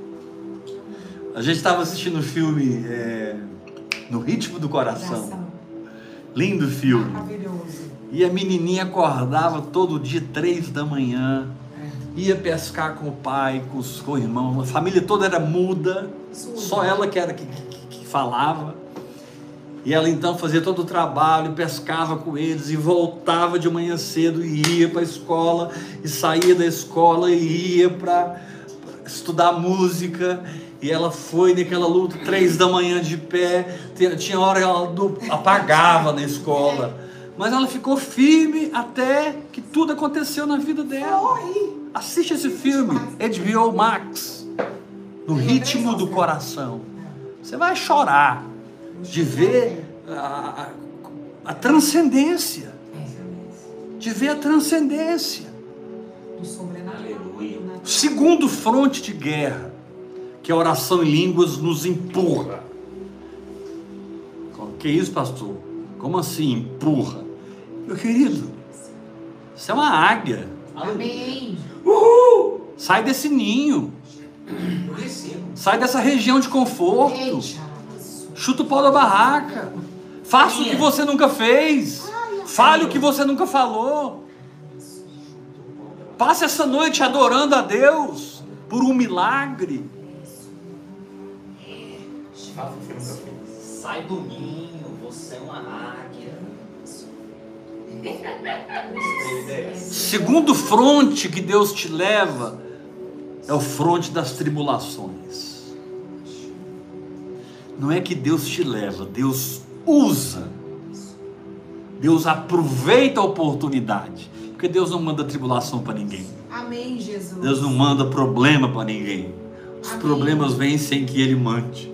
S1: A gente estava assistindo o filme é, No Ritmo do Coração.
S2: Coração.
S1: Lindo filme.
S2: Maravilhoso.
S1: E a menininha acordava todo dia, três da manhã. Ia pescar com o pai, com, os, com o irmão. A família toda era muda.
S2: Surda.
S1: Só ela que era que, que, que falava. E ela então fazia todo o trabalho, pescava com eles e voltava de manhã cedo e ia para a escola, e saía da escola e ia para estudar música. E ela foi naquela luta, três da manhã de pé, tinha hora que ela apagava na escola. Mas ela ficou firme até que tudo aconteceu na vida dela.
S2: Foi.
S1: Assiste esse filme, H B O Max, No Ritmo do Coração. Você vai chorar de ver a, a, a transcendência, de ver a transcendência.
S2: Do sobrenatural.
S4: Aleluia.
S1: Segundo fronte de guerra, que a oração em línguas nos empurra. Que isso, pastor? Como assim empurra? Meu querido, você é uma águia.
S2: Amém.
S1: Uhul! Sai desse ninho,
S4: Eu recebo.
S1: sai dessa região de conforto.
S2: Eita.
S1: Chuta o pau da barraca. Faça o que você nunca fez. Fale o que você nunca falou. Passe essa noite adorando a Deus por um milagre.
S4: Faça o que nunca fez. Sai do ninho, você é uma águia.
S1: Segundo fronte que Deus te leva é o fronte das tribulações. Não é que Deus te leva, Deus usa. Deus aproveita a oportunidade. Porque Deus não manda tribulação para ninguém.
S2: Amém, Jesus.
S1: Deus não manda problema para ninguém. Os
S2: Amém.
S1: problemas vêm sem que Ele mande.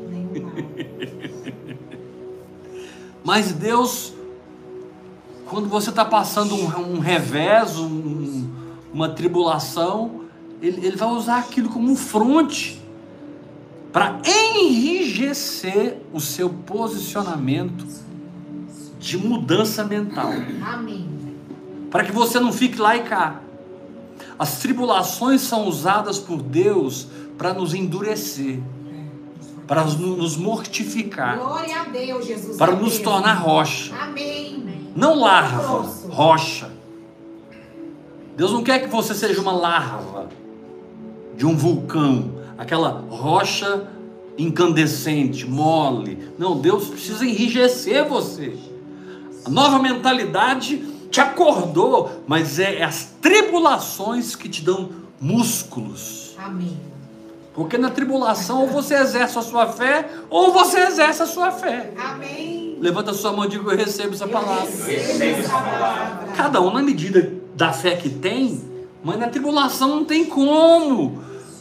S1: Mas Deus, quando você está passando um, um revés, um, uma tribulação, ele, ele vai usar aquilo como um fronte para enrijecer o seu posicionamento de mudança mental.
S2: Amém.
S1: Para que você não fique lá e cá. As tribulações são usadas por Deus para nos endurecer, para nos, nos mortificar,
S2: Glória a Deus, Jesus.
S1: para
S2: é
S1: nos
S2: mesmo.
S1: tornar rocha.
S2: Amém.
S1: Não larva,
S2: Grosso.
S1: rocha. Deus não quer que você seja uma larva de um vulcão, aquela rocha incandescente, mole. Não, Deus precisa enrijecer você. A nova mentalidade te acordou, mas é as tribulações que te dão músculos.
S2: Amém.
S1: Porque na tribulação ou você exerce a sua fé, ou você exerce a sua fé.
S2: Amém.
S1: Levanta a sua mão e diga: eu recebo essa palavra.
S2: Receba essa palavra.
S1: Cada um na medida da fé que tem, mas na tribulação não tem como.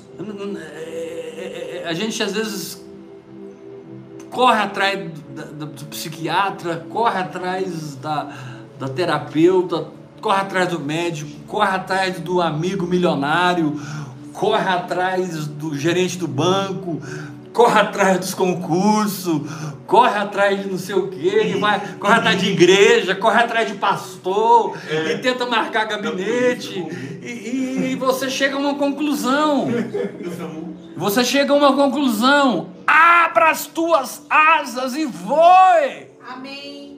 S1: A gente às vezes corre atrás do, do psiquiatra, corre atrás da, da terapeuta, corre atrás do médico, corre atrás do amigo milionário, corre atrás do gerente do banco, corre atrás dos concursos, corre atrás de não sei o quê, vai, corre atrás de igreja, corre atrás de pastor, é. e tenta marcar gabinete, e, e, e você chega a uma conclusão. Você chega a uma conclusão. Abra as tuas asas e voe.
S2: Amém.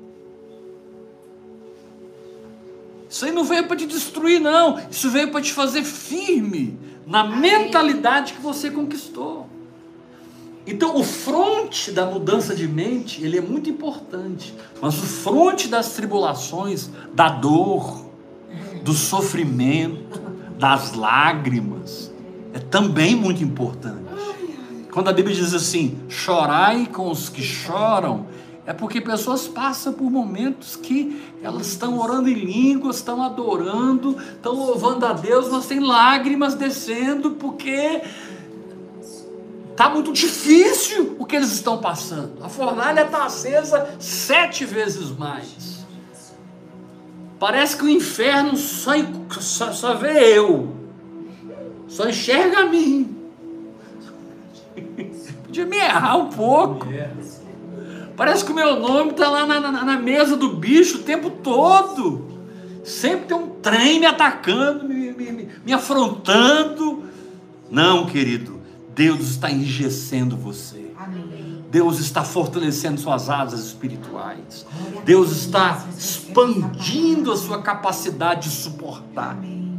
S1: Isso aí não veio para te destruir, não. Isso veio para te fazer firme na Amém. mentalidade que você conquistou. Então o fronte da mudança de mente, ele é muito importante. Mas o fronte das tribulações, da dor, do sofrimento, das lágrimas, é também muito importante. Quando a Bíblia diz assim: chorai com os que choram, é porque pessoas passam por momentos que elas estão orando em línguas, estão adorando, estão louvando a Deus, mas tem lágrimas descendo porque está muito difícil o que eles estão passando. A fornalha está acesa sete vezes mais. Parece que o inferno só, só, só vê eu, só enxerga a mim. Podia me errar um pouco. Parece que o meu nome está lá na, na, na mesa do bicho o tempo todo. Sempre tem um trem me atacando, me, me, me afrontando. Não, querido, Deus está enrijecendo você.
S2: Amém.
S1: Deus está fortalecendo suas asas espirituais. Deus está expandindo a sua capacidade de suportar.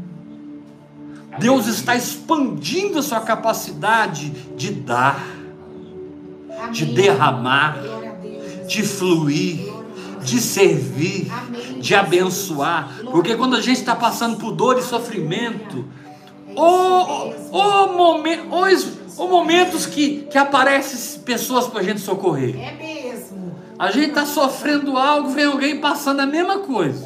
S1: Deus está expandindo a sua capacidade de dar, de derramar, de fluir, de servir, de abençoar. Porque quando a gente está passando por dor e sofrimento, ou, ou, momen, ou, ou momentos que, que aparecem pessoas para a gente socorrer.
S2: É mesmo.
S1: A gente está sofrendo algo, vem alguém passando a mesma coisa.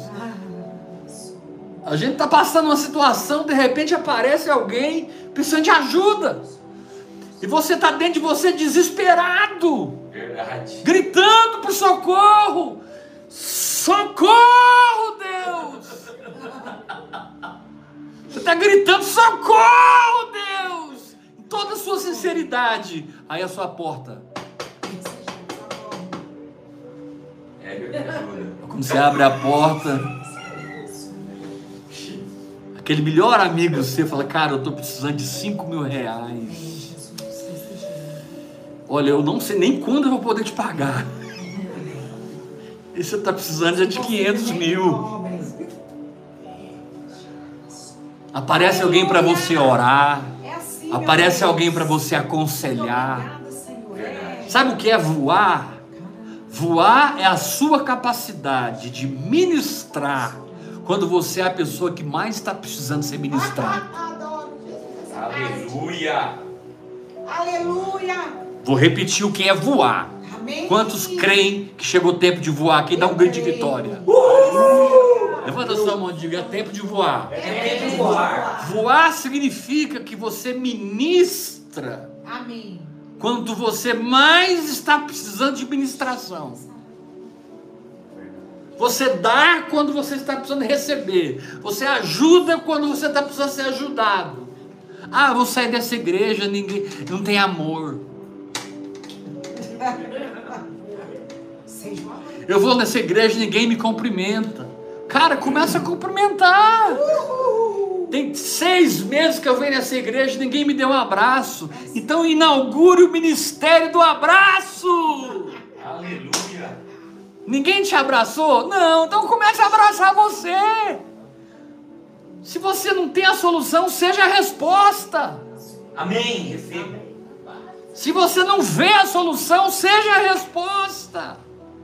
S1: A gente está passando uma situação, de repente aparece alguém precisando de ajuda. E você está dentro de você desesperado.
S4: Verdade.
S1: Gritando por socorro. Socorro, Deus. Você está gritando, socorro, Deus. Em toda a sua sinceridade. Aí a sua porta.
S4: É verdade.
S1: Quando você abre a porta, aquele melhor amigo seu fala: cara, eu estou precisando de cinco mil reais. Olha, eu não sei nem quando eu vou poder te pagar. E você está precisando já de quinhentos mil. Aparece alguém para você orar. Aparece alguém para você aconselhar. Sabe o que é voar? Voar é a sua capacidade de ministrar quando você é a pessoa que mais está precisando ser ministrada.
S4: Aleluia.
S2: Aleluia.
S1: Vou repetir o que é voar.
S2: Amém.
S1: Quantos creem que chegou o tempo de voar aqui? Dá um grito de vitória. Levanta sua mão e diga: é tempo de voar.
S3: É tempo de voar.
S1: Voar significa que você ministra
S2: Amém.
S1: quando você mais está precisando de ministração. Você dá quando você está precisando receber. Você ajuda quando você está precisando ser ajudado. Ah, vou sair dessa igreja, ninguém, não tem amor. Eu vou nessa igreja, ninguém me cumprimenta. Cara, começa a cumprimentar. Tem seis meses que eu venho nessa igreja, ninguém me deu um abraço. Então inaugure o ministério do abraço.
S4: Aleluia.
S1: Ninguém te abraçou? Não, então comece a abraçar você. Se você não tem a solução, seja a resposta.
S4: Amém. Receba.
S1: Se você não vê a solução, seja a resposta.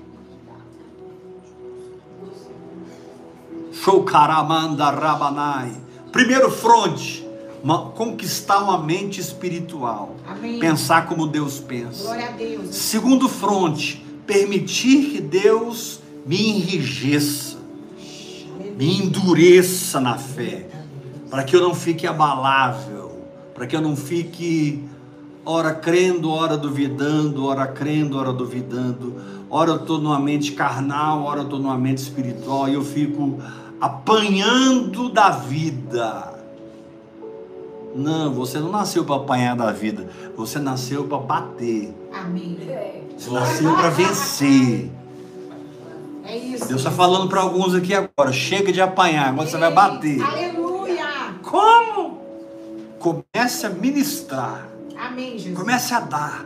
S1: Shoukaramanda Rabanai. Primeiro fronte, uma, conquistar uma mente espiritual.
S2: Amém.
S1: Pensar como Deus pensa.
S2: Glória a Deus.
S1: Segundo fronte, permitir que Deus me enrijeça, me endureça na fé, para que eu não fique abalável, para que eu não fique ora crendo, ora duvidando, ora crendo, ora duvidando, ora eu estou numa mente carnal, ora eu estou numa mente espiritual, e eu fico apanhando da vida. Não, você não nasceu para apanhar da vida, você nasceu para bater.
S2: Amém.
S1: Você nasceu para vencer.
S2: É isso.
S1: Deus está falando para alguns aqui agora: chega de apanhar, agora você vai bater.
S2: Aleluia.
S1: Como? Comece a ministrar.
S2: Amém, Jesus.
S1: Comece a dar.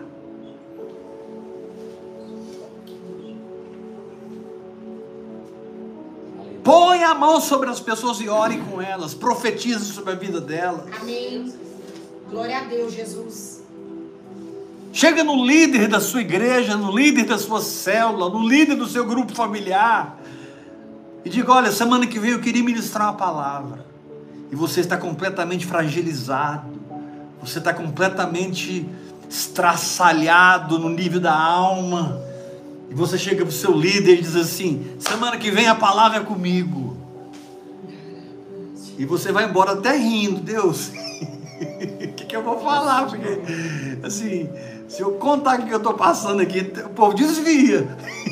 S1: Põe a mão sobre as pessoas e ore com elas. Profetize sobre a vida delas.
S2: Amém. Glória a Deus, Jesus.
S1: Chega no líder da sua igreja, no líder da sua célula, no líder do seu grupo familiar e diga: olha, semana que vem eu queria ministrar uma palavra. E você está completamente fragilizado. Você está completamente estraçalhado no nível da alma. E você chega para o seu líder e diz assim: semana que vem a palavra é comigo. E você vai embora até rindo. Deus, o que, que eu vou falar? Porque, assim, se eu contar o que eu estou passando aqui, o povo desvia.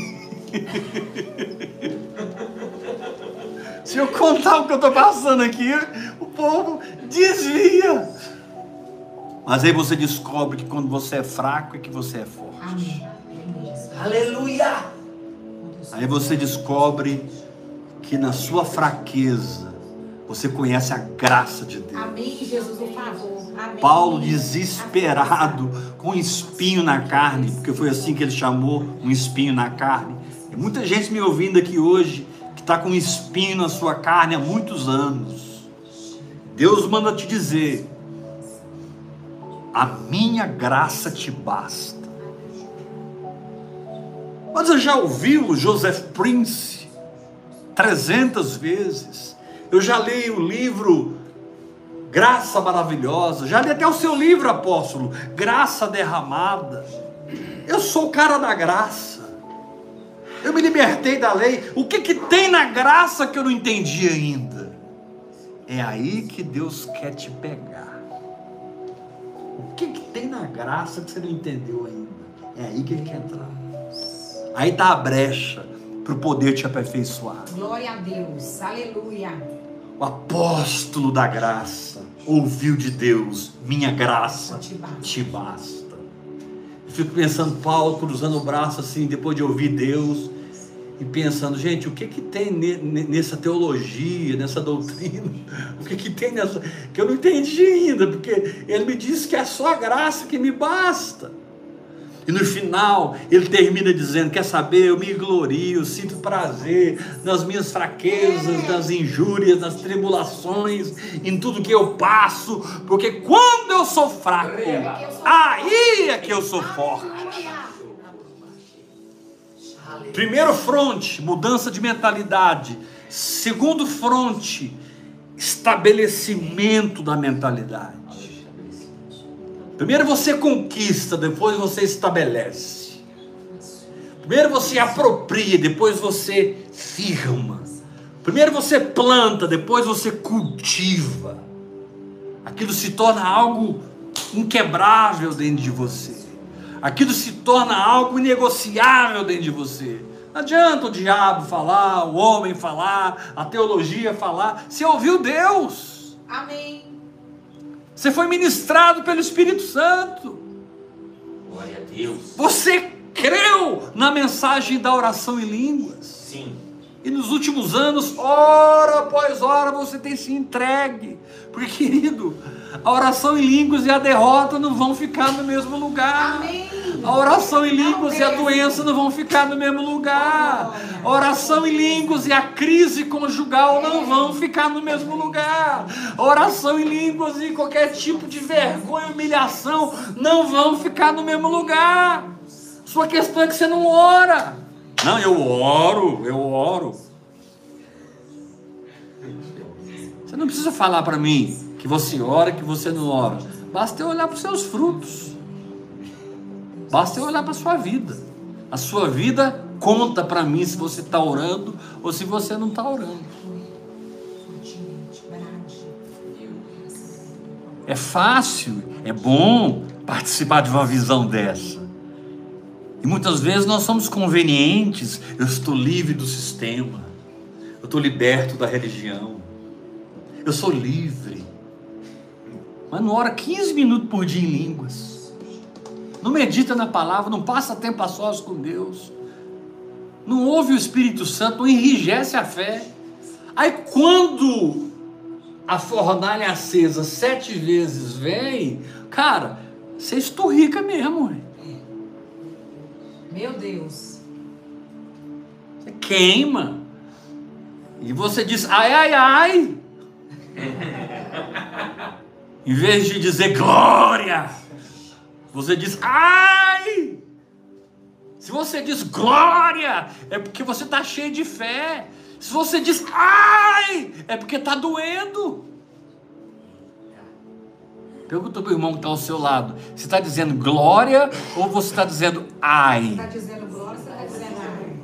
S1: Se eu contar o que eu estou passando aqui, o povo desvia. Mas aí você descobre que quando você é fraco é que você é forte.
S2: Amém.
S4: Aleluia.
S1: Aí você descobre que na sua fraqueza você conhece a graça de Deus.
S2: Amém, Jesus, por favor. Amém.
S1: Paulo, desesperado, com um espinho na carne, porque foi assim que ele chamou, um espinho na carne. Tem muita gente me ouvindo aqui hoje que está com um espinho na sua carne há muitos anos. Deus manda te dizer: a minha graça te basta. Mas você já ouviu o Joseph Prince trezentas vezes? Eu já li o livro Graça Maravilhosa, já li até o seu livro, apóstolo, Graça Derramada. Eu sou o cara da graça. Eu me libertei da lei. O que que tem na graça que eu não entendi ainda? É aí que Deus quer te pegar. O que que tem na graça que você não entendeu ainda? É aí que Ele quer entrar. Aí está a brecha para o poder te aperfeiçoar.
S2: Glória a Deus. Aleluia.
S1: O apóstolo da graça ouviu de Deus: minha graça
S2: Te basta.
S1: te basta. Eu fico pensando, Paulo cruzando o braço assim, depois de ouvir Deus, e pensando: gente, o que que tem ne, nessa teologia, nessa doutrina? O que que tem nessa... que eu não entendi ainda, porque ele me disse que é só a graça que me basta. E no final, ele termina dizendo: quer saber, eu me glorio, sinto prazer nas minhas fraquezas, nas injúrias, nas tribulações, em tudo que eu passo, porque quando eu sou fraco, aí é que eu sou forte. Primeiro fronte, mudança de mentalidade. Segundo fronte, estabelecimento da mentalidade. Primeiro você conquista, depois você estabelece. Primeiro você apropria, depois você firma. Primeiro você planta, depois você cultiva. Aquilo se torna algo inquebrável dentro de você. Aquilo se torna algo inegociável dentro de você. Não adianta o diabo falar, o homem falar, a teologia falar. Você ouviu Deus.
S2: Amém.
S1: Você foi ministrado pelo Espírito Santo.
S4: Glória a Deus.
S1: Você creu na mensagem da oração em línguas.
S4: Sim.
S1: E nos últimos anos, hora após hora, você tem se entregue. Porque, querido, a oração em línguas e a derrota não vão ficar no mesmo lugar.
S2: Amém.
S1: A oração em línguas e a doença não vão ficar no mesmo lugar. A oração em línguas e a crise conjugal não vão ficar no mesmo lugar. A oração em línguas e qualquer tipo de vergonha, humilhação não vão ficar no mesmo lugar. Sua questão é que você não ora. Não, eu oro, eu oro. Você não precisa falar para mim que você ora e que você não ora. Basta eu olhar para os seus frutos. Basta eu olhar para a sua vida. A sua vida conta para mim se você está orando ou se você não está orando. É fácil, é bom participar de uma visão dessa. E muitas vezes nós somos convenientes. Eu estou livre do sistema. Eu estou liberto da religião. Eu sou livre. Mas não ora quinze minutos por dia em línguas. Não medita na palavra, não passa tempo a sós com Deus. Não ouve o Espírito Santo, não enrijece a fé. Aí quando a fornalha acesa sete vezes vem, cara, você esturrica mesmo. Ué.
S2: Meu Deus.
S1: Você queima. E você diz, ai, ai, ai. Em vez de dizer glória, você diz, ai. Se você diz glória, é porque você está cheio de fé. Se você diz, ai, é porque está doendo. Pergunta para o irmão que está ao seu lado. Você está dizendo glória ou você está dizendo ai?
S2: Está dizendo glória, você está dizendo ai.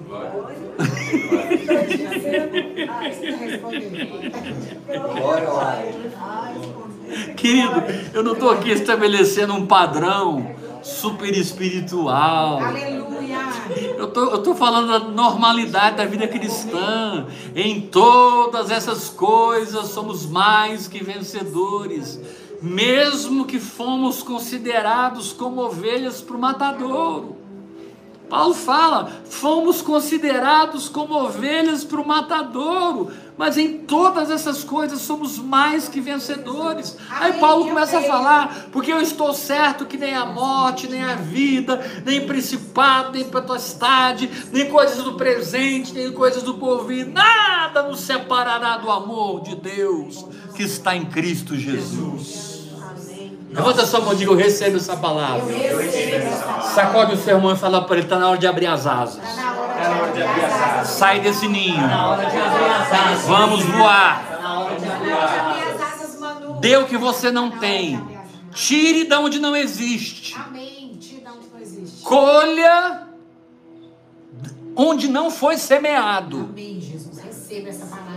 S3: Glória ao ai.
S1: Querido, eu não estou aqui estabelecendo um padrão super espiritual.
S2: Aleluia.
S1: Eu tô, eu tô falando da normalidade da vida cristã. Em todas essas coisas somos mais que vencedores, mesmo que fomos considerados como ovelhas para o matadouro. Paulo fala, fomos considerados como ovelhas para o matadouro, mas em todas essas coisas somos mais que vencedores. Aí Paulo começa a falar, porque eu estou certo que nem a morte, nem a vida, nem principado, nem potestade, nem coisas do presente, nem coisas do porvir, nada nos separará do amor de Deus que está em Cristo Jesus. Levanta sua mão e diga, eu recebo essa palavra.
S2: Eu recebo essa palavra.
S1: Sacode o seu irmão e fala para ele, está na hora de abrir as asas.
S2: Está na hora de abrir as asas.
S1: Sai desse ninho.
S4: Na hora de abrir as asas.
S1: Vamos voar.
S4: Na hora de
S2: Está
S4: abrir
S2: na hora de
S4: as
S2: abrir
S4: asas.
S2: as asas, Manu.
S1: Dê o que você não tem. Tire de onde não existe.
S2: Amém. Tira onde não existe.
S1: Colha onde não foi semeado.
S2: Amém, Jesus. Receba essa palavra.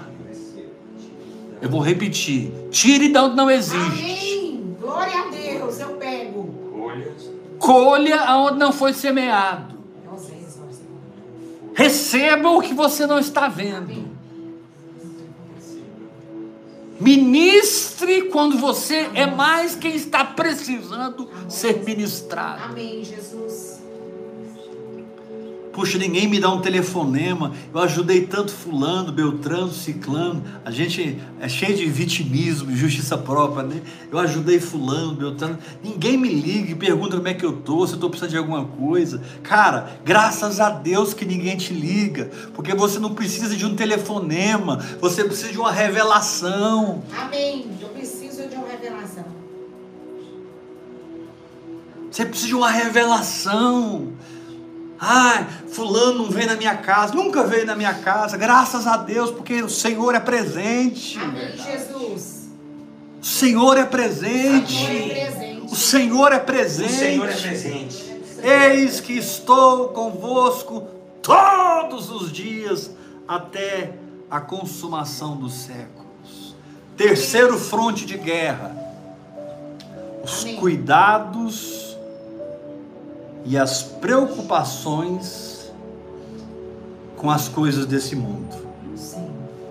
S1: Eu vou repetir. Tire de onde não existe.
S2: Amém. Glória a Deus. Eu pego.
S1: Colha aonde não foi semeado. Receba o que você não está vendo. Ministre quando você é mais quem está precisando ser ministrado.
S2: Amém, Jesus.
S1: Puxa, ninguém me dá um telefonema. Eu ajudei tanto fulano, beltrano, ciclano. A gente é cheio de vitimismo, justiça própria, né? Eu ajudei fulano, beltrano. Ninguém me liga e pergunta como é que eu tô, se eu tô precisando de alguma coisa. Cara, graças a Deus que ninguém te liga, porque você não precisa de um telefonema, você precisa de uma revelação.
S2: Amém. Eu preciso de uma revelação.
S1: Você precisa de uma revelação. Ai, fulano não veio na minha casa, nunca veio na minha casa, graças a Deus, porque o Senhor é presente.
S2: Amém, Jesus.
S1: O Senhor é presente.
S2: Amém.
S1: O Senhor é
S4: O
S1: presente.
S4: Senhor é presente.
S1: Eis que estou convosco todos os dias até a consumação dos séculos. Terceiro fronte de guerra. Os
S2: Amém.
S1: cuidados e as preocupações com as coisas desse mundo.
S2: Sim.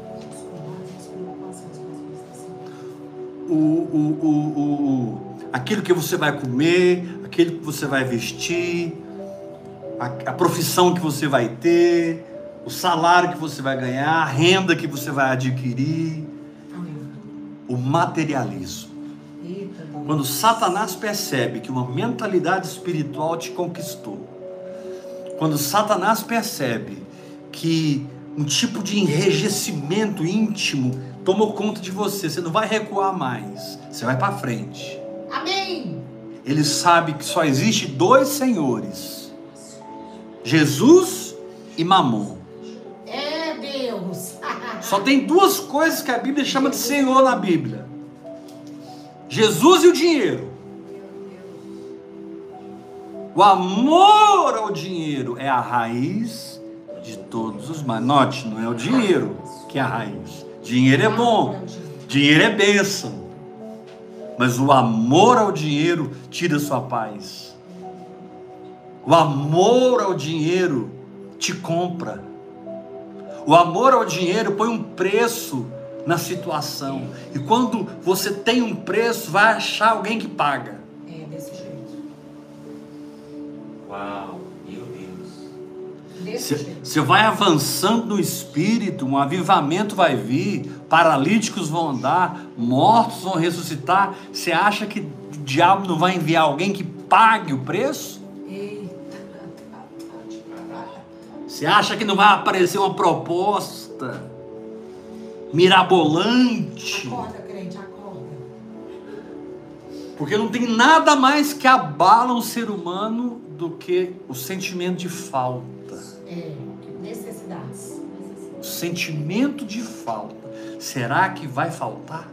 S1: O, o, o, o, aquilo que você vai comer, aquilo que você vai vestir, a, a profissão que você vai ter, o salário que você vai ganhar, a renda que você vai adquirir,
S2: Amém.
S1: o materialismo.
S2: Eita, Deus.
S1: Quando Satanás percebe que uma mentalidade espiritual te conquistou, quando Satanás percebe que um tipo de enrijecimento íntimo tomou conta de você, você não vai recuar mais, você vai para frente.
S2: Amém.
S1: Ele sabe que só existe dois senhores, Jesus e Mamon.
S2: É Deus.
S1: Só tem duas coisas que a Bíblia chama de Senhor na Bíblia: Jesus e o dinheiro. O amor ao dinheiro é a raiz de todos os males. Note, não é o dinheiro que é a raiz. Dinheiro é bom, dinheiro é bênção, mas o amor ao dinheiro tira sua paz. O amor ao dinheiro te compra. O amor ao dinheiro põe um preço na situação. E quando você tem um preço, vai achar alguém que paga.
S2: É desse jeito.
S4: Uau, meu Deus.
S2: Desse jeito.
S1: Você vai avançando no espírito, um avivamento vai vir, paralíticos vão andar, mortos vão ressuscitar. Você acha que o diabo não vai enviar alguém que pague o preço?
S2: Eita.
S1: Você acha que não vai aparecer uma proposta mirabolante?
S2: Acorda, crente, acorda.
S1: Porque não tem nada mais que abala o ser humano do que o sentimento de falta.
S2: É, necessidades.
S1: O sentimento de falta. Será que vai faltar?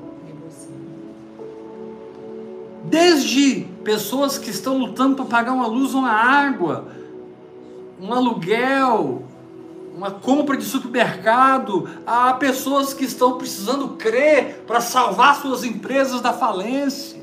S1: Desde pessoas que estão lutando para pagar uma luz ou uma água, um aluguel, uma compra de supermercado, há pessoas que estão precisando crer para salvar suas empresas da falência.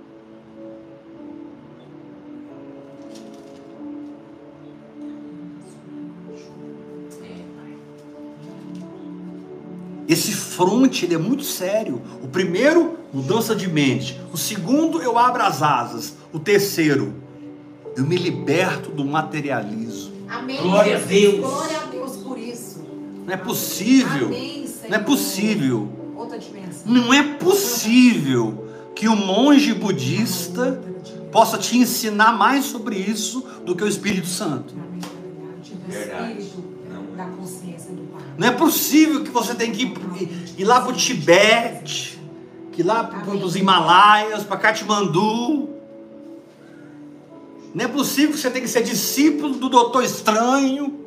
S1: Esse fronte, ele é muito sério. O primeiro, mudança de mente. O segundo, eu abro as asas. O terceiro, eu me liberto do materialismo.
S2: Amém.
S4: Glória a Deus.
S2: Glória a Deus por isso.
S1: Não é possível.
S2: Amém, Senhor.
S1: Não é possível.
S2: Outra dimensão.
S1: Não é possível que um monge budista possa te ensinar mais sobre isso do que o Espírito Santo.
S2: Amém. Do
S4: Verdade.
S2: Espírito,
S4: Não.
S2: da consciência do Pai.
S1: Não é possível que você tenha que ir, ir lá para o Tibete, que ir lá para os Himalaias, para Katmandu. Não é possível que você tenha que ser discípulo do Doutor Estranho.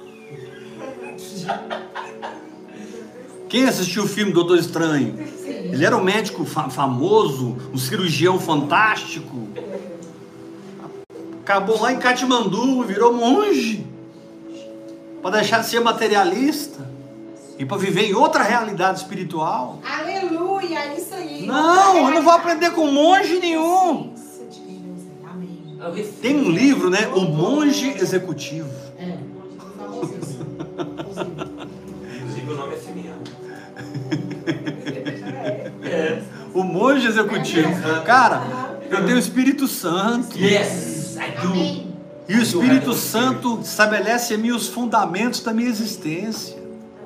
S1: Quem assistiu o filme Doutor Estranho? Ele era um médico fa- famoso, um cirurgião fantástico. Acabou lá em Katmandu, virou monge. Para deixar de ser materialista e para viver em outra realidade espiritual.
S2: Aleluia, isso aí.
S1: Não, eu não vou aprender com monge nenhum.
S2: Amém.
S1: Tem um livro, né? O Monge Executivo.
S2: É, famosíssimo.
S4: Inclusive o nome é Simeão.
S1: O Monge Executivo. Cara, eu tenho o Espírito Santo.
S4: Yes, I do.
S2: Amém.
S1: E o Espírito Santo estabelece em mim os fundamentos da minha existência.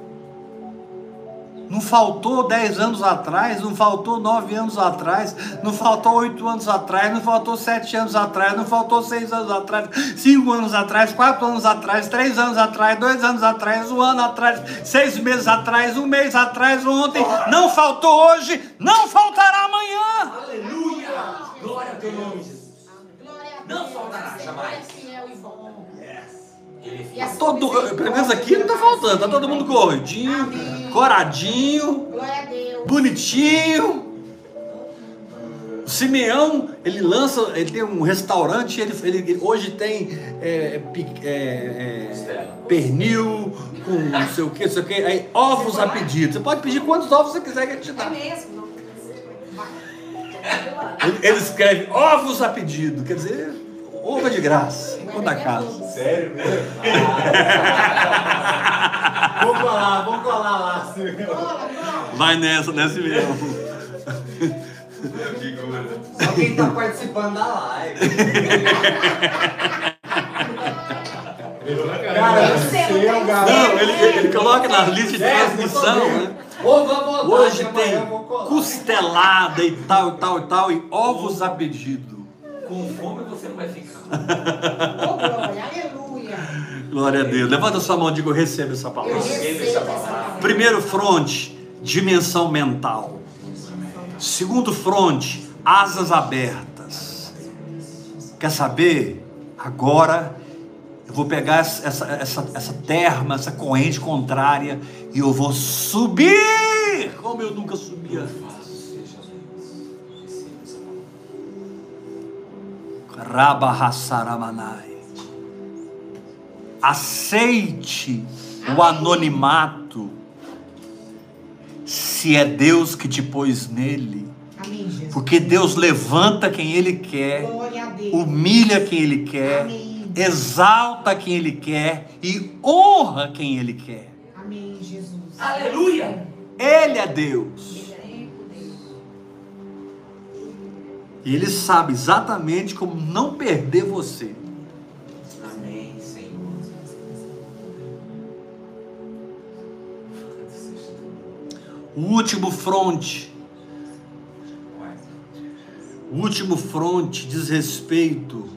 S1: Não faltou dez anos atrás, não faltou nove anos atrás, não faltou oito anos atrás, não faltou sete anos atrás, não faltou seis anos atrás, cinco anos atrás, quatro anos atrás, três anos atrás, dois anos atrás, um ano atrás, seis meses atrás, um mês atrás, ontem. Não faltou hoje, não faltará amanhã.
S4: Aleluia! Glória a teu nome, Jesus.
S2: Glória a
S4: Não
S2: Deus.
S4: faltará
S2: Você
S4: jamais.
S2: é fiel e bom. E a
S1: Todo, pelo menos aqui não tá faltando, tá todo mundo gordinho,
S2: Amém.
S1: coradinho,
S2: Glória a Deus.
S1: bonitinho. O Simeão, ele lança, ele tem um restaurante, ele, ele hoje tem é, pi- é, é, pernil, com não sei o que, não sei o que, aí ovos a pedido. Você pode pedir quantos ovos você quiser que ele te
S2: É
S1: dá.
S2: mesmo.
S1: Ele, ele escreve ovos a pedido, quer dizer, ovo é de graça, em toda casa.
S4: Sério mesmo?
S3: Vamos colar, vamos colar lá.
S2: Cola, cola.
S1: Vai nessa, né, Simeão?
S4: Figura.
S3: Só quem tá participando da live. Cara,
S2: Eu sei, eu
S3: seu,
S2: tenho
S3: galera.
S1: Não, ele, ele coloca na lista de transmissão, né?
S3: Ovo à vontade,
S1: Hoje
S3: amanhã
S1: tem
S3: eu vou colar.
S1: costelada e tal, e tal, e tal, e ovos a pedido.
S4: Com fome você não vai ficar.
S2: Oh, glória, aleluia.
S1: Glória a Deus. Levanta sua mão e diga, eu recebo essa
S2: Eu
S1: palavra.
S2: recebo essa palavra.
S1: Primeiro fronte, dimensão mental. Segundo fronte, asas abertas. Quer saber? Agora eu vou pegar essa, essa, essa, essa terma, essa corrente contrária e eu vou subir como eu nunca subi antes. Rabahassaramanai. Aceite o anonimato, se é Deus que te pôs nele,
S2: Amém, Jesus.
S1: porque Deus levanta quem Ele quer,
S2: Glória a Deus.
S1: humilha quem Ele quer,
S2: Amém.
S1: exalta quem Ele quer e honra quem Ele quer.
S2: Amém, Jesus.
S4: Aleluia!
S1: Ele é Deus. E Ele sabe exatamente como não perder você.
S4: Amém, Senhor.
S1: O último fronte, o último fronte diz respeito,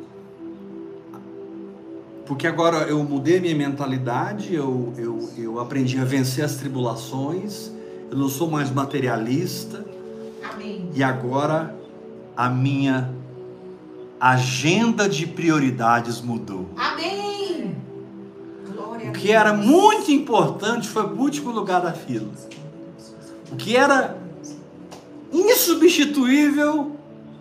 S1: porque agora eu mudei minha mentalidade, eu, eu, eu aprendi a vencer as tribulações, eu não sou mais materialista,
S2: Amém.
S1: e agora a minha agenda de prioridades mudou.
S2: Amém. Glória
S1: O
S2: a
S1: que
S2: Deus.
S1: era muito importante foi o último lugar da fila. O que era insubstituível,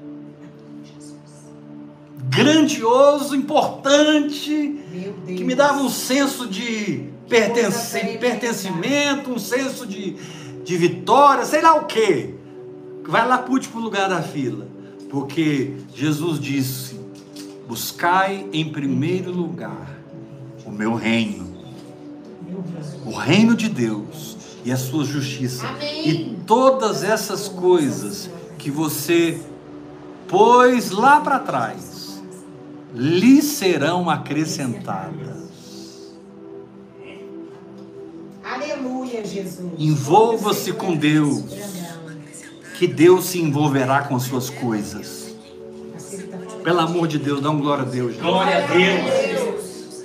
S1: grandioso, importante,
S2: Meu Deus.
S1: que me dava um senso de pertence- pertencimento, um senso de, de vitória, sei lá o quê. Vai lá para o último lugar da fila, porque Jesus disse: buscai em primeiro lugar o meu reino, o reino de Deus e a sua justiça.
S2: Amém.
S1: E todas essas coisas que você pôs lá para trás lhe serão acrescentadas.
S2: Aleluia, Jesus.
S1: Envolva-se com Deus, que Deus se envolverá com suas coisas. Pelo amor de Deus, dá um glória a Deus, gente.
S4: Glória a Deus.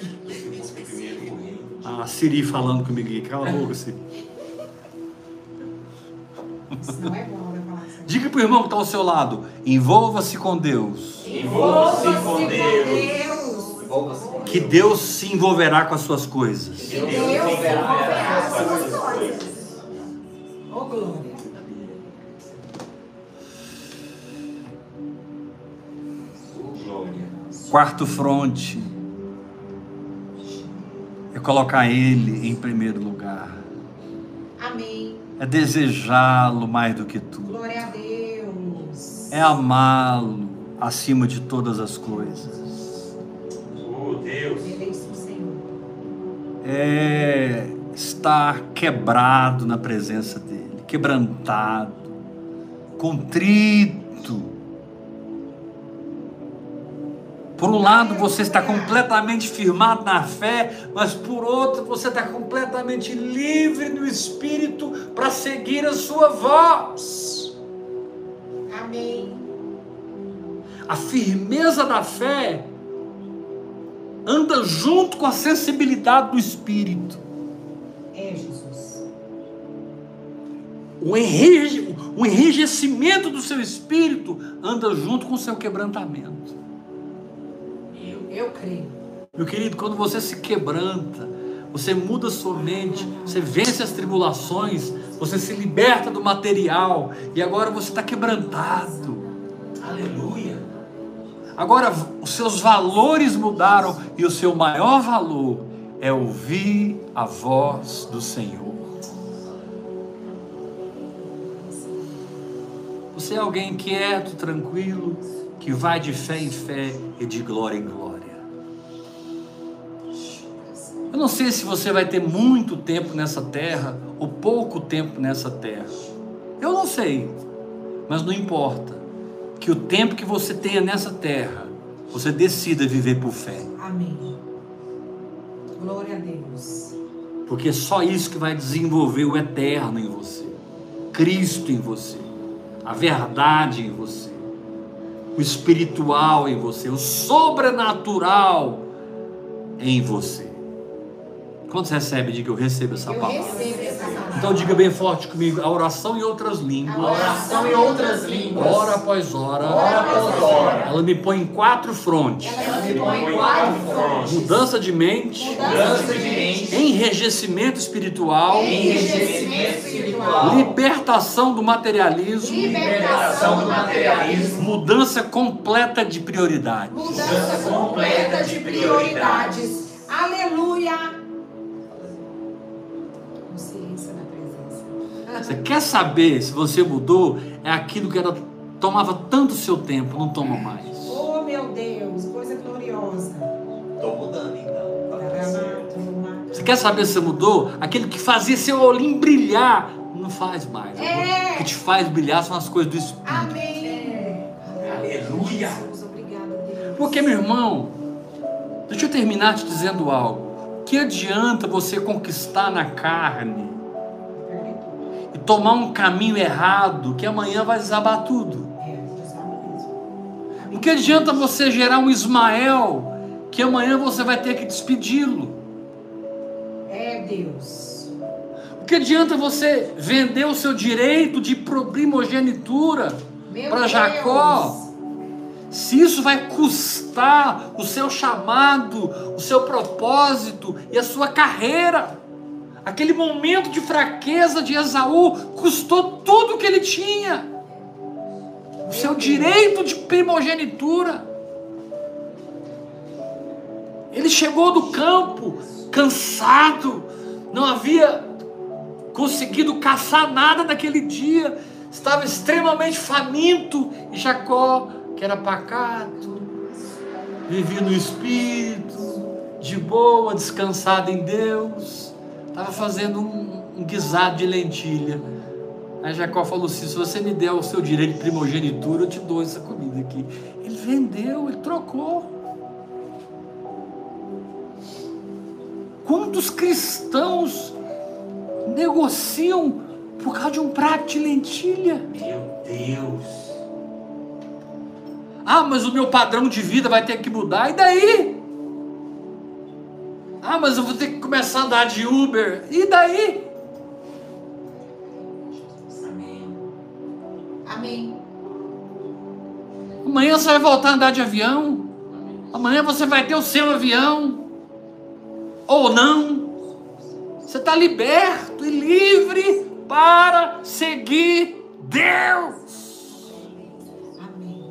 S1: A Siri falando comigo aqui, cala a boca, Siri.
S2: Não é bom, né, falar assim.
S1: Diga para o irmão que está ao seu lado: envolva-se com Deus,
S4: Envolva-se com
S2: Deus.
S4: Deus.
S3: Envolva-se com
S1: que Deus se envolverá com as suas coisas.
S2: Deus envolverá as suas coisas. Oh, glória.
S4: Glória.
S1: Quarto fronte é colocar Ele em primeiro lugar,
S2: Amém.
S1: é desejá-lo mais do que tudo,
S2: Glória a Deus.
S1: é amá-lo acima de todas as coisas,
S4: Oh, Deus.
S2: Beleza, Senhor.
S1: é estar quebrado na presença dEle, quebrantado, contrito. Por um lado você está completamente firmado na fé, mas por outro você está completamente livre no Espírito para seguir a sua voz.
S2: Amém.
S1: A firmeza da fé anda junto com a sensibilidade do Espírito.
S2: É, Jesus.
S1: O, enrije, o enrijecimento do seu Espírito anda junto com o seu quebrantamento.
S2: Eu creio.
S1: Meu querido, quando você se quebranta, você muda sua mente, você vence as tribulações, você se liberta do material e agora você está quebrantado.
S4: Aleluia.
S1: Agora os seus valores mudaram e o seu maior valor é ouvir a voz do Senhor. Você é alguém quieto, tranquilo, que vai de fé em fé e de glória em glória. Eu não sei se você vai ter muito tempo nessa terra ou pouco tempo nessa terra. Eu não sei, mas não importa. Que o tempo que você tenha nessa terra, você decida viver por fé.
S2: Amém. Glória a Deus.
S1: Porque é só isso que vai desenvolver o eterno em você. Cristo em você. A verdade em você. O espiritual em você. O sobrenatural em você. Quando você recebe, diga: eu recebo essa
S2: Eu
S1: palavra.
S2: recebo essa palavra.
S1: Então diga bem forte comigo: a oração em outras línguas.
S3: A oração em outras línguas.
S1: Hora após hora.
S3: Hora após hora.
S1: Ela me põe em quatro frontes.
S2: Ela me põe em quatro frontes.
S1: Mudança de mente.
S3: Mudança de mente.
S1: Enrijecimento espiritual.
S3: Enrijecimento espiritual.
S1: Libertação do materialismo.
S3: Libertação do materialismo.
S1: Mudança completa de prioridade.
S2: Mudança completa de prioridades. Aleluia. Consciência da presença.
S1: Você quer saber se você mudou? É aquilo que era, tomava tanto seu tempo, não toma mais.
S2: Oh, meu Deus, coisa gloriosa.
S3: Tô mudando então. Tá tudo certo.
S1: Você quer saber se você mudou? Aquilo que fazia seu olhinho brilhar, não faz mais.
S2: É.
S1: O que te faz brilhar são as coisas do Espírito.
S2: Amém.
S3: Aleluia.
S2: Jesus, obrigada, Deus.
S1: Porque, meu irmão, deixa eu terminar te dizendo algo. Que adianta você conquistar na carne e tomar um caminho errado que amanhã vai desabar tudo?
S2: É, desaba mesmo.
S1: O que adianta você gerar um Ismael que amanhã você vai ter que despedi-lo?
S2: É, Deus.
S1: O que adianta você vender o seu direito de primogenitura
S2: Meu
S1: para
S2: Deus.
S1: Jacó, se isso vai custar o seu chamado, o seu propósito e a sua carreira? Aquele momento de fraqueza de Esaú custou tudo que ele tinha. O seu direito de primogenitura. Ele chegou do campo cansado, não havia conseguido caçar nada naquele dia, estava extremamente faminto, e Jacó, que era pacato, vivia no espírito, de boa, descansado em Deus, estava fazendo um, um guisado de lentilha. Aí Jacó falou assim: se você me der o seu direito de primogenitura, eu te dou essa comida aqui. Ele vendeu, ele trocou. Quantos cristãos negociam por causa de um prato de lentilha?
S4: Meu Deus.
S1: Ah, mas o meu padrão de vida vai ter que mudar. E daí? Ah, mas eu vou ter que começar a andar de Uber. E daí?
S3: Amém.
S2: Amém.
S1: Amanhã você vai voltar a andar de avião. Amanhã você vai ter o seu avião. Ou não. Você está liberto e livre para seguir Deus.
S2: Amém.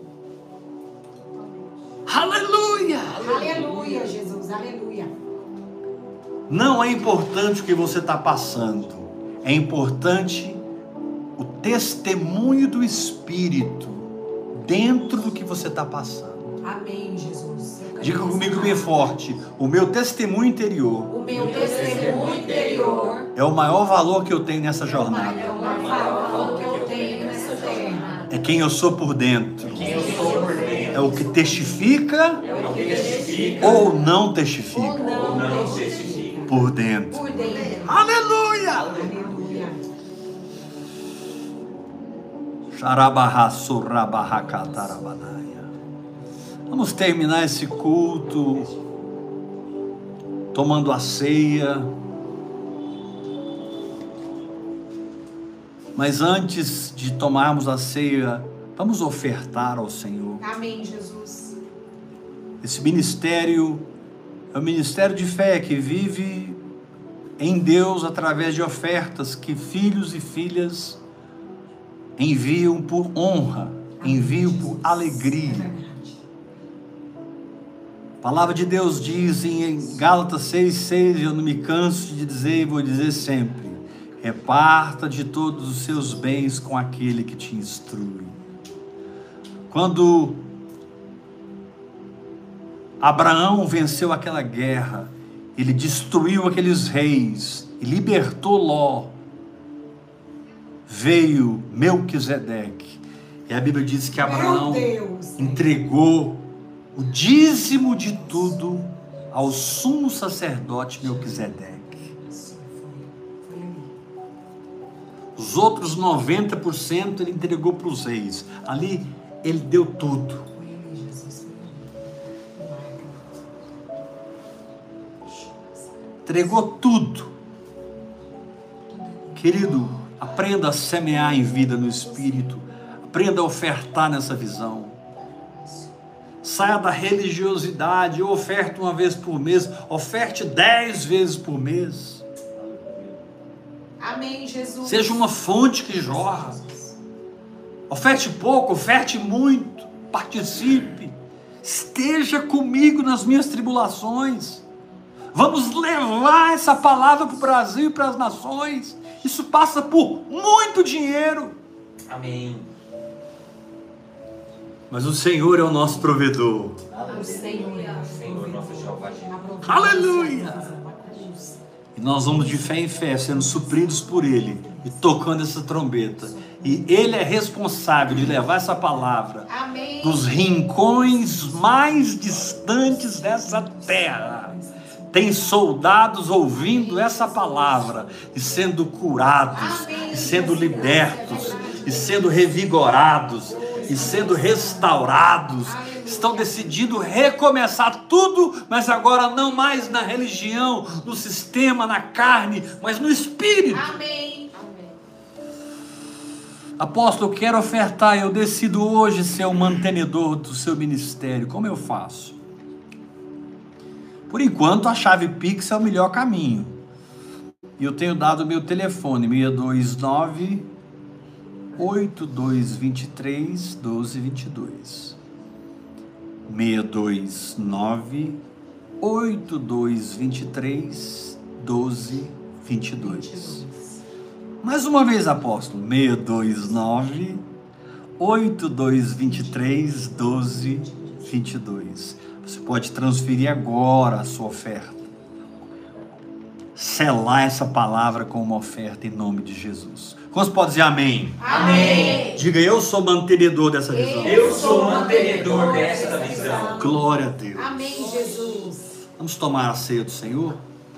S1: Aleluia!
S2: Aleluia, Jesus. Aleluia.
S1: Não é importante o que você está passando. É importante o testemunho do Espírito dentro do que você está passando.
S2: Amém, Jesus.
S1: Diga comigo bem forte: o meu testemunho interior
S2: O meu testemunho interior
S1: é o maior valor que eu tenho nessa
S2: é
S1: jornada.
S2: o maior que eu tenho nessa terra.
S1: É quem eu sou por dentro.
S3: Quem eu sou por dentro.
S1: É o que testifica
S3: É o que testifica
S1: ou não
S2: Ou
S1: testifica
S2: não,
S3: não testifica.
S1: por dentro.
S2: por dentro.
S1: Aleluia!
S2: Aleluia.
S1: Xarabarraçorrabarracatarabanaia. Vamos terminar esse culto tomando a ceia. Mas antes de tomarmos a ceia, vamos ofertar ao Senhor.
S2: Amém, Jesus.
S1: Esse ministério É o ministério de fé que vive em Deus através de ofertas que filhos e filhas enviam por honra, enviam por alegria. A palavra de Deus diz em Gálatas seis, seis, eu não me canso de dizer e vou dizer sempre: reparta de todos os seus bens com aquele que te instrui. Quando Abraão venceu aquela guerra, ele destruiu aqueles reis e libertou Ló, veio Melquisedeque, e a Bíblia diz que Abraão entregou o dízimo de tudo ao sumo sacerdote Melquisedeque. Os outros noventa por cento ele entregou para os reis. Ali ele deu tudo. Entregou tudo. Querido, aprenda a semear em vida no Espírito. Aprenda a ofertar nessa visão. Saia da religiosidade. Eu oferto uma vez por mês. Oferte dez vezes por mês.
S2: Amém, Jesus.
S1: Seja uma fonte que jorra. Oferte pouco, oferte muito. Participe. Esteja comigo nas minhas tribulações. Vamos levar essa palavra para o Brasil e para as nações. Isso passa por muito dinheiro.
S4: Amém.
S1: Mas o Senhor é o nosso provedor.
S2: O Senhor,
S4: Senhor, nosso Jeová.
S1: Aleluia! E nós vamos de fé em fé, sendo supridos por Ele e tocando essa trombeta. E Ele é responsável de levar essa palavra
S2: Amém.
S1: dos rincões mais distantes dessa terra. Tem soldados ouvindo essa palavra e sendo curados, e sendo libertos, e sendo revigorados, e sendo restaurados. Estão decidindo recomeçar tudo, mas agora não mais na religião, no sistema, na carne, mas no Espírito.
S2: Amém.
S1: Apóstolo, eu quero ofertar, eu decido hoje ser o mantenedor do seu ministério. Como eu faço? Por enquanto, a chave Pix é o melhor caminho. E eu tenho dado o meu telefone, seis dois nove, oito dois dois três, um dois dois dois. seis dois nove, oito dois dois três, um dois dois dois. Mais uma vez, apóstolo. seis dois nove, oito dois dois três, um dois dois dois. Você pode transferir agora a sua oferta. Selar essa palavra com uma oferta em nome de Jesus. Quantos podem dizer amém?
S2: Amém.
S1: Diga, eu sou mantenedor dessa visão.
S4: Eu sou mantenedor desta visão.
S1: Glória a Deus.
S2: Amém, Jesus.
S1: Vamos tomar a ceia do Senhor?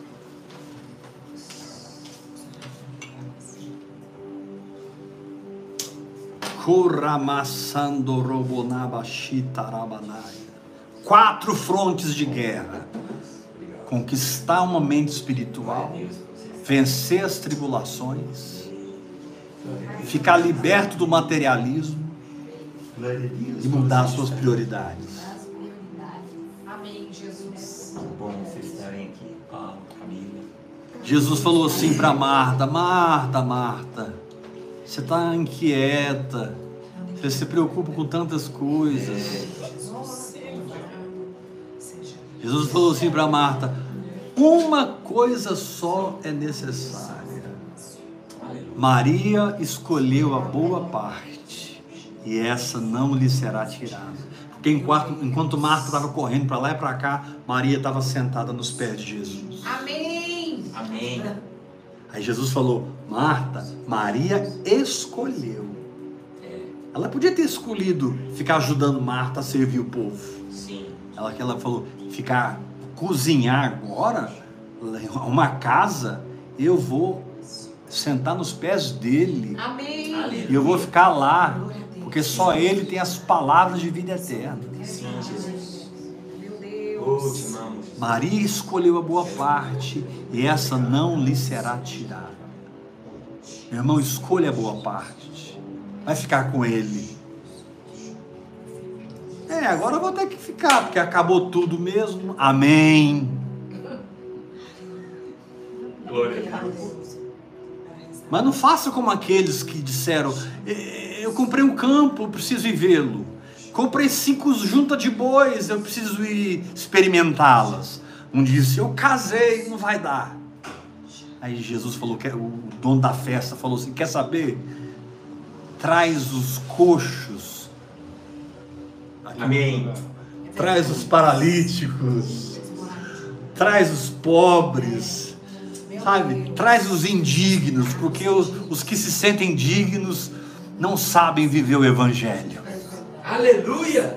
S1: Quatro frontes de guerra: conquistar uma mente espiritual, vencer as tribulações, ficar liberto do materialismo e mudar suas prioridades.
S2: Amém, Jesus.
S4: Bom vocês estarem aqui, Paulo, família.
S1: Jesus falou assim para Marta: Marta, Marta, você está inquieta, você se preocupa com tantas coisas. Jesus falou assim para Marta: uma coisa só é necessária. Maria escolheu a boa parte, e essa não lhe será tirada. Porque enquanto, enquanto Marta estava correndo para lá e para cá, Maria estava sentada nos pés de Jesus.
S2: Amém.
S4: Amém.
S1: Aí Jesus falou: Marta, Maria escolheu. Ela podia ter escolhido ficar ajudando Marta a servir o povo.
S4: Sim.
S1: Ela, ela falou: ficar, cozinhar agora, uma casa, eu vou sentar nos pés dele.
S2: Amém.
S1: E eu vou ficar lá, porque só ele tem as palavras de vida eterna.
S4: Sim, Jesus.
S2: Meu
S4: Oh,
S2: Deus.
S4: te amamos.
S1: Maria escolheu a boa parte, e essa não lhe será tirada. Meu irmão, escolha a boa parte. Vai ficar com ele. É, agora eu vou ter que ficar, porque acabou tudo mesmo. Amém.
S4: Glória a Deus.
S1: Mas não faça como aqueles que disseram: eu comprei um campo, eu preciso ir vê-lo. Comprei cinco juntas de bois, eu preciso ir experimentá-las. Um disse: eu casei, não vai dar. Aí Jesus falou, que o dono da festa falou assim: quer saber? Traz os coxos.
S4: Amém.
S1: Traz os paralíticos. Traz os pobres. Sabe? Traz os indignos, porque os, os que se sentem dignos não sabem viver o evangelho.
S4: Aleluia.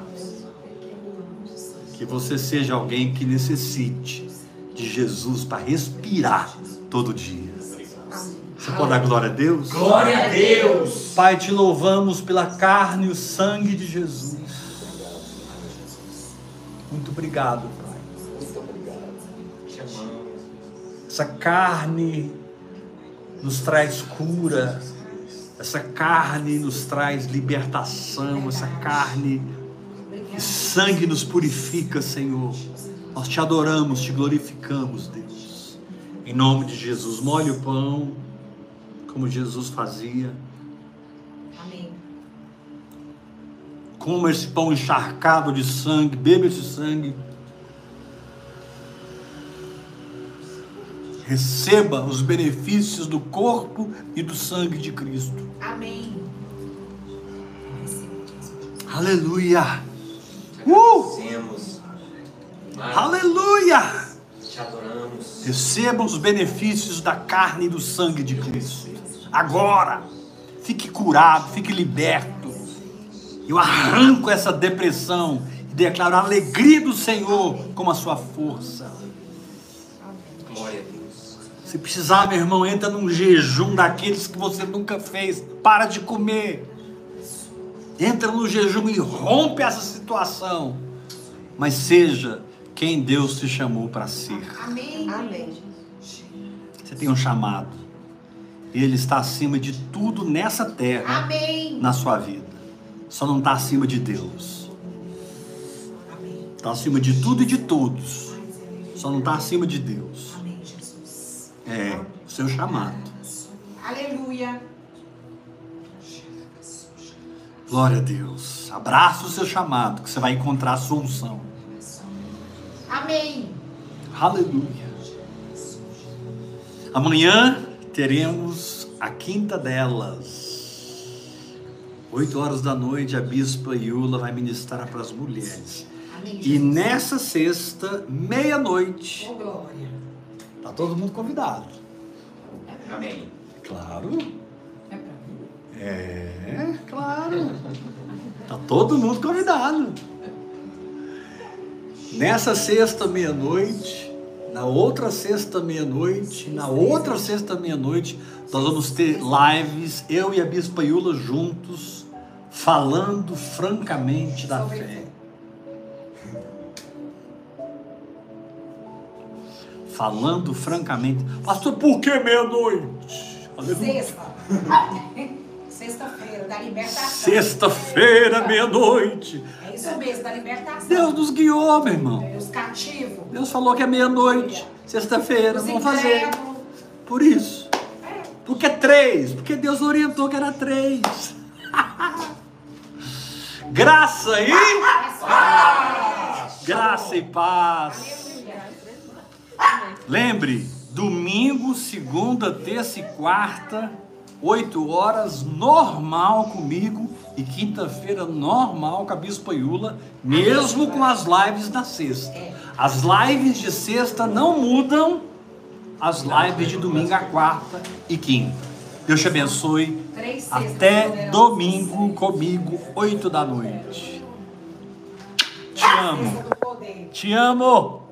S1: Que você seja alguém que necessite de Jesus para respirar todo dia. Você pode dar glória a Deus?
S4: Glória a Deus.
S1: Pai, te louvamos pela carne e o sangue de Jesus. Muito obrigado, Pai.
S4: Te amamos.
S1: Essa carne nos traz cura. Essa carne nos traz libertação. Essa carne e sangue nos purifica, Senhor. Nós te adoramos, te glorificamos, Deus. Em nome de Jesus, molhe o pão, como Jesus fazia.
S2: Amém.
S1: Coma esse pão encharcado de sangue, beba esse sangue. Receba os benefícios do corpo e do sangue de Cristo.
S2: Amém.
S1: Aleluia! Uh!
S4: Agradecemos.
S1: Aleluia!
S4: Te adoramos.
S1: Recebam os benefícios da carne e do sangue de Cristo. Agora, fique curado, fique liberto. Eu arranco essa depressão e declaro a alegria do Senhor como a sua força.
S4: Glória a Deus.
S1: Se precisar, meu irmão, entra num jejum daqueles que você nunca fez. Para de comer. Entra no jejum e rompe essa situação. Mas seja quem Deus te chamou para ser.
S2: Amém. Amém.
S1: Você tem um chamado. Ele está acima de tudo nessa terra.
S2: Amém.
S1: Na sua vida. Só não está acima de Deus.
S2: Amém.
S1: Está acima de tudo e de todos. Só não está acima de Deus.
S2: Amém, Jesus.
S1: É o seu chamado.
S2: Aleluia.
S1: Glória a Deus. Abraça o seu chamado, que você vai encontrar a sua unção.
S2: Amém.
S1: Aleluia. Amanhã teremos a quinta delas. Oito horas da noite, a bispa Iula vai ministrar para as mulheres.
S2: Amém,
S1: E
S2: Jesus.
S1: nessa sexta, meia-noite,
S2: Oh, glória.
S1: tá todo mundo convidado.
S4: Amém.
S1: Claro.
S2: É pra mim.
S1: É, claro. Tá todo mundo convidado. Nessa sexta, meia-noite, na outra sexta, meia-noite, na outra sexta, meia-noite, nós vamos ter lives, eu e a bispa Iula juntos, falando francamente da fé. Falando francamente. Pastor, por que meia-noite? Aleluia.
S2: Sexta. Sexta-feira, da libertação.
S1: Sexta-feira, meia-noite.
S2: É isso mesmo, da libertação.
S1: Deus nos guiou, meu irmão.
S2: Os cativos.
S1: Deus falou que é meia-noite, sexta-feira,
S2: Os
S1: vamos fazer.
S2: incrédulos.
S1: Por isso. Porque é três, porque Deus orientou que era três. Graça e graça e paz. Lembre, domingo, segunda, terça e quarta, oito horas, normal comigo, e quinta-feira normal com a bispa Iula, mesmo com as lives da sexta. As lives de sexta não mudam as lives de domingo a quarta e quinta. Deus te abençoe.
S2: Três sextas
S1: Até
S2: poderosas.
S1: domingo comigo, oito da noite. Te amo.
S2: Sexta do poder.
S1: Te amo.